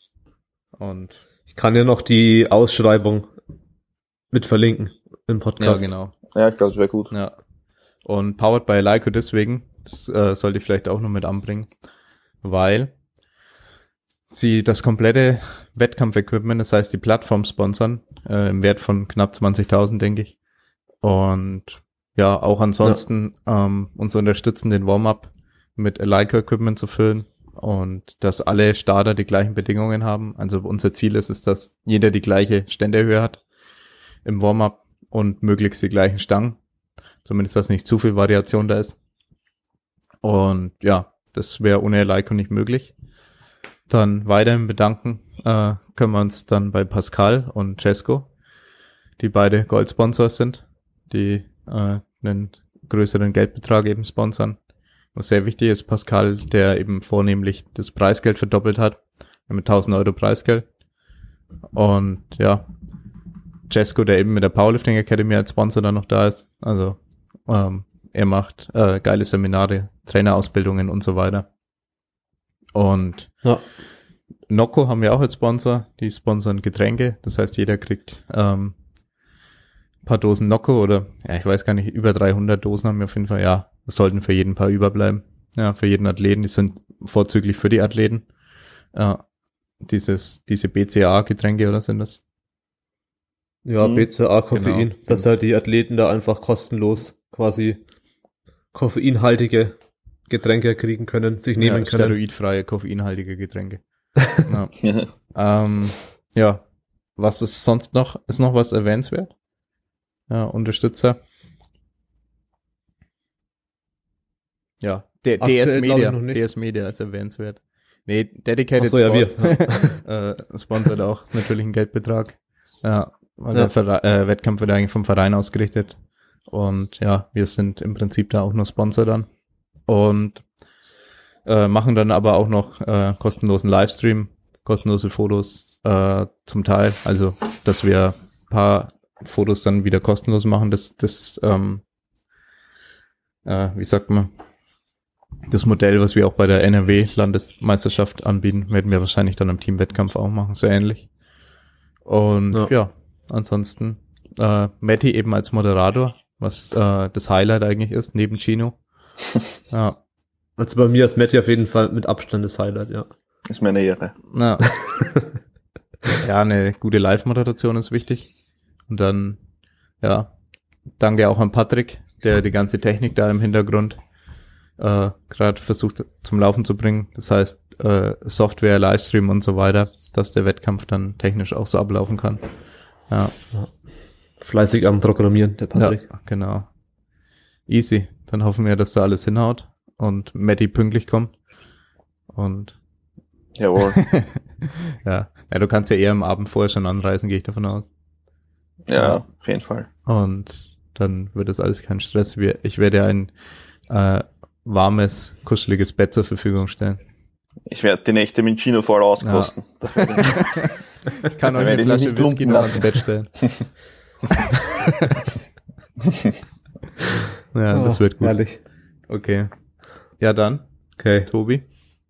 C: Und
A: ich kann ja noch die Ausschreibung mit verlinken im Podcast.
C: Ja, genau.
B: Ja, ich glaube, das wäre gut.
C: Ja. Und powered by Eleiko deswegen, das äh, sollte ich vielleicht auch noch mit anbringen, weil sie das komplette Wettkampfequipment, das heißt die Plattform sponsern, äh, im Wert von knapp zwanzigtausend, denke ich. Und ja, auch ansonsten ja. ähm, uns unterstützen, den Warm-Up mit Eleiko-Equipment zu füllen und dass alle Starter die gleichen Bedingungen haben. Also unser Ziel ist es, dass jeder die gleiche Ständehöhe hat im Warm-Up und möglichst die gleichen Stangen. Zumindest, dass nicht zu viel Variation da ist. Und ja, das wäre ohne Eleiko nicht möglich. Dann weiterhin bedanken äh, können wir uns dann bei Pascal und Cesco, die beide Gold-Sponsors sind, die äh, einen größeren Geldbetrag eben sponsern. Was sehr wichtig ist, Pascal, der eben vornehmlich das Preisgeld verdoppelt hat, mit tausend Euro Preisgeld. Und ja, Cesco, der eben mit der Powerlifting Academy als Sponsor dann noch da ist. Also ähm, er macht äh, geile Seminare, Trainerausbildungen und so weiter. Und
A: ja.
C: Nocco haben wir auch als Sponsor, die sponsern Getränke. Das heißt, jeder kriegt ähm, ein paar Dosen Nocco oder, ja, ich weiß gar nicht, über dreihundert Dosen haben wir auf jeden Fall. Ja, es sollten für jeden ein paar überbleiben. Ja, für jeden Athleten. Die sind vorzüglich für die Athleten. Ja, dieses, diese B C A-Getränke oder sind das?
A: Ja,
B: Mhm.
A: B C A Koffein,
C: Genau.
A: dass halt die Athleten da einfach kostenlos quasi koffeinhaltige Getränke kriegen können, sich nehmen
C: Ja,
A: können.
C: steroidfreie, koffeinhaltige Getränke. Ja. ähm, ja, was ist sonst noch? Ist noch was erwähnenswert? Ja, Unterstützer. Ja, der D S
A: Aktuell glaube ich
C: Media,
A: noch nicht.
C: D S Media ist erwähnenswert. Nee, Dedicated
A: Ach so, ja, wir.
C: Sports äh, sponsert auch natürlich einen Geldbetrag. Ja, weil
A: Ja.
C: der Vere- äh, Wettkampf wird eigentlich vom Verein ausgerichtet. Und ja, wir sind im Prinzip da auch nur Sponsor dann. Und äh, machen dann aber auch noch äh, kostenlosen Livestream, kostenlose Fotos äh, zum Teil. Also, dass wir ein paar Fotos dann wieder kostenlos machen. Das, das ähm, äh, wie sagt man, das Modell, was wir auch bei der N R W-Landesmeisterschaft anbieten, werden wir wahrscheinlich dann am Teamwettkampf auch machen, so ähnlich. Und ja,
A: Ja.
C: ansonsten äh, Matti eben als Moderator, was äh, das Highlight eigentlich ist, neben Gino. Ja,
A: Also bei mir ist Matti auf jeden Fall mit Abstand das Highlight, ja.
B: Ist mir eine Ehre.
C: na. Ja, eine gute Live-Moderation ist wichtig. Und dann, ja, danke auch an Patrick, der die ganze Technik da im Hintergrund äh, gerade versucht zum Laufen zu bringen. Das heißt, äh, Software, Livestream und so weiter, dass der Wettkampf dann technisch auch so ablaufen kann. Ja,
A: Fleißig am Programmieren, der Patrick.
C: ja, genau. Easy. Dann hoffen wir, dass da alles hinhaut und Matti pünktlich kommt. Und
B: Jawohl.
C: ja. ja, du kannst ja eher am Abend vorher schon anreisen, gehe ich davon aus.
B: Ja, auf jeden Fall.
C: Und dann wird das alles kein Stress. Wir, ich werde ein äh, warmes, kuscheliges Bett zur Verfügung stellen.
B: Ich werde die Nächte mit Gino voll auskosten.
C: Ich kann euch
B: Dann
C: eine
B: werde ich mich
C: Flasche
B: nicht
C: Whisky
B: lumpen
C: noch
B: lassen.
C: ans Bett stellen. Ja, das
A: Oh,
C: wird gut.
A: Herrlich.
C: Okay. Ja, dann,
A: Okay,
C: Tobi.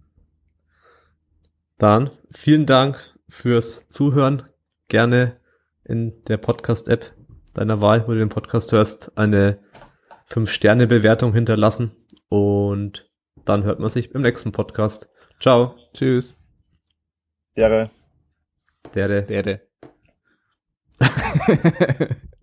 A: dann vielen Dank fürs Zuhören. Gerne in der Podcast-App deiner Wahl, wo du den Podcast hörst, eine fünf Sterne Bewertung hinterlassen und dann hört man sich beim nächsten Podcast. Ciao.
C: Tschüss.
B: Ehre.
A: Dere.
C: Dere.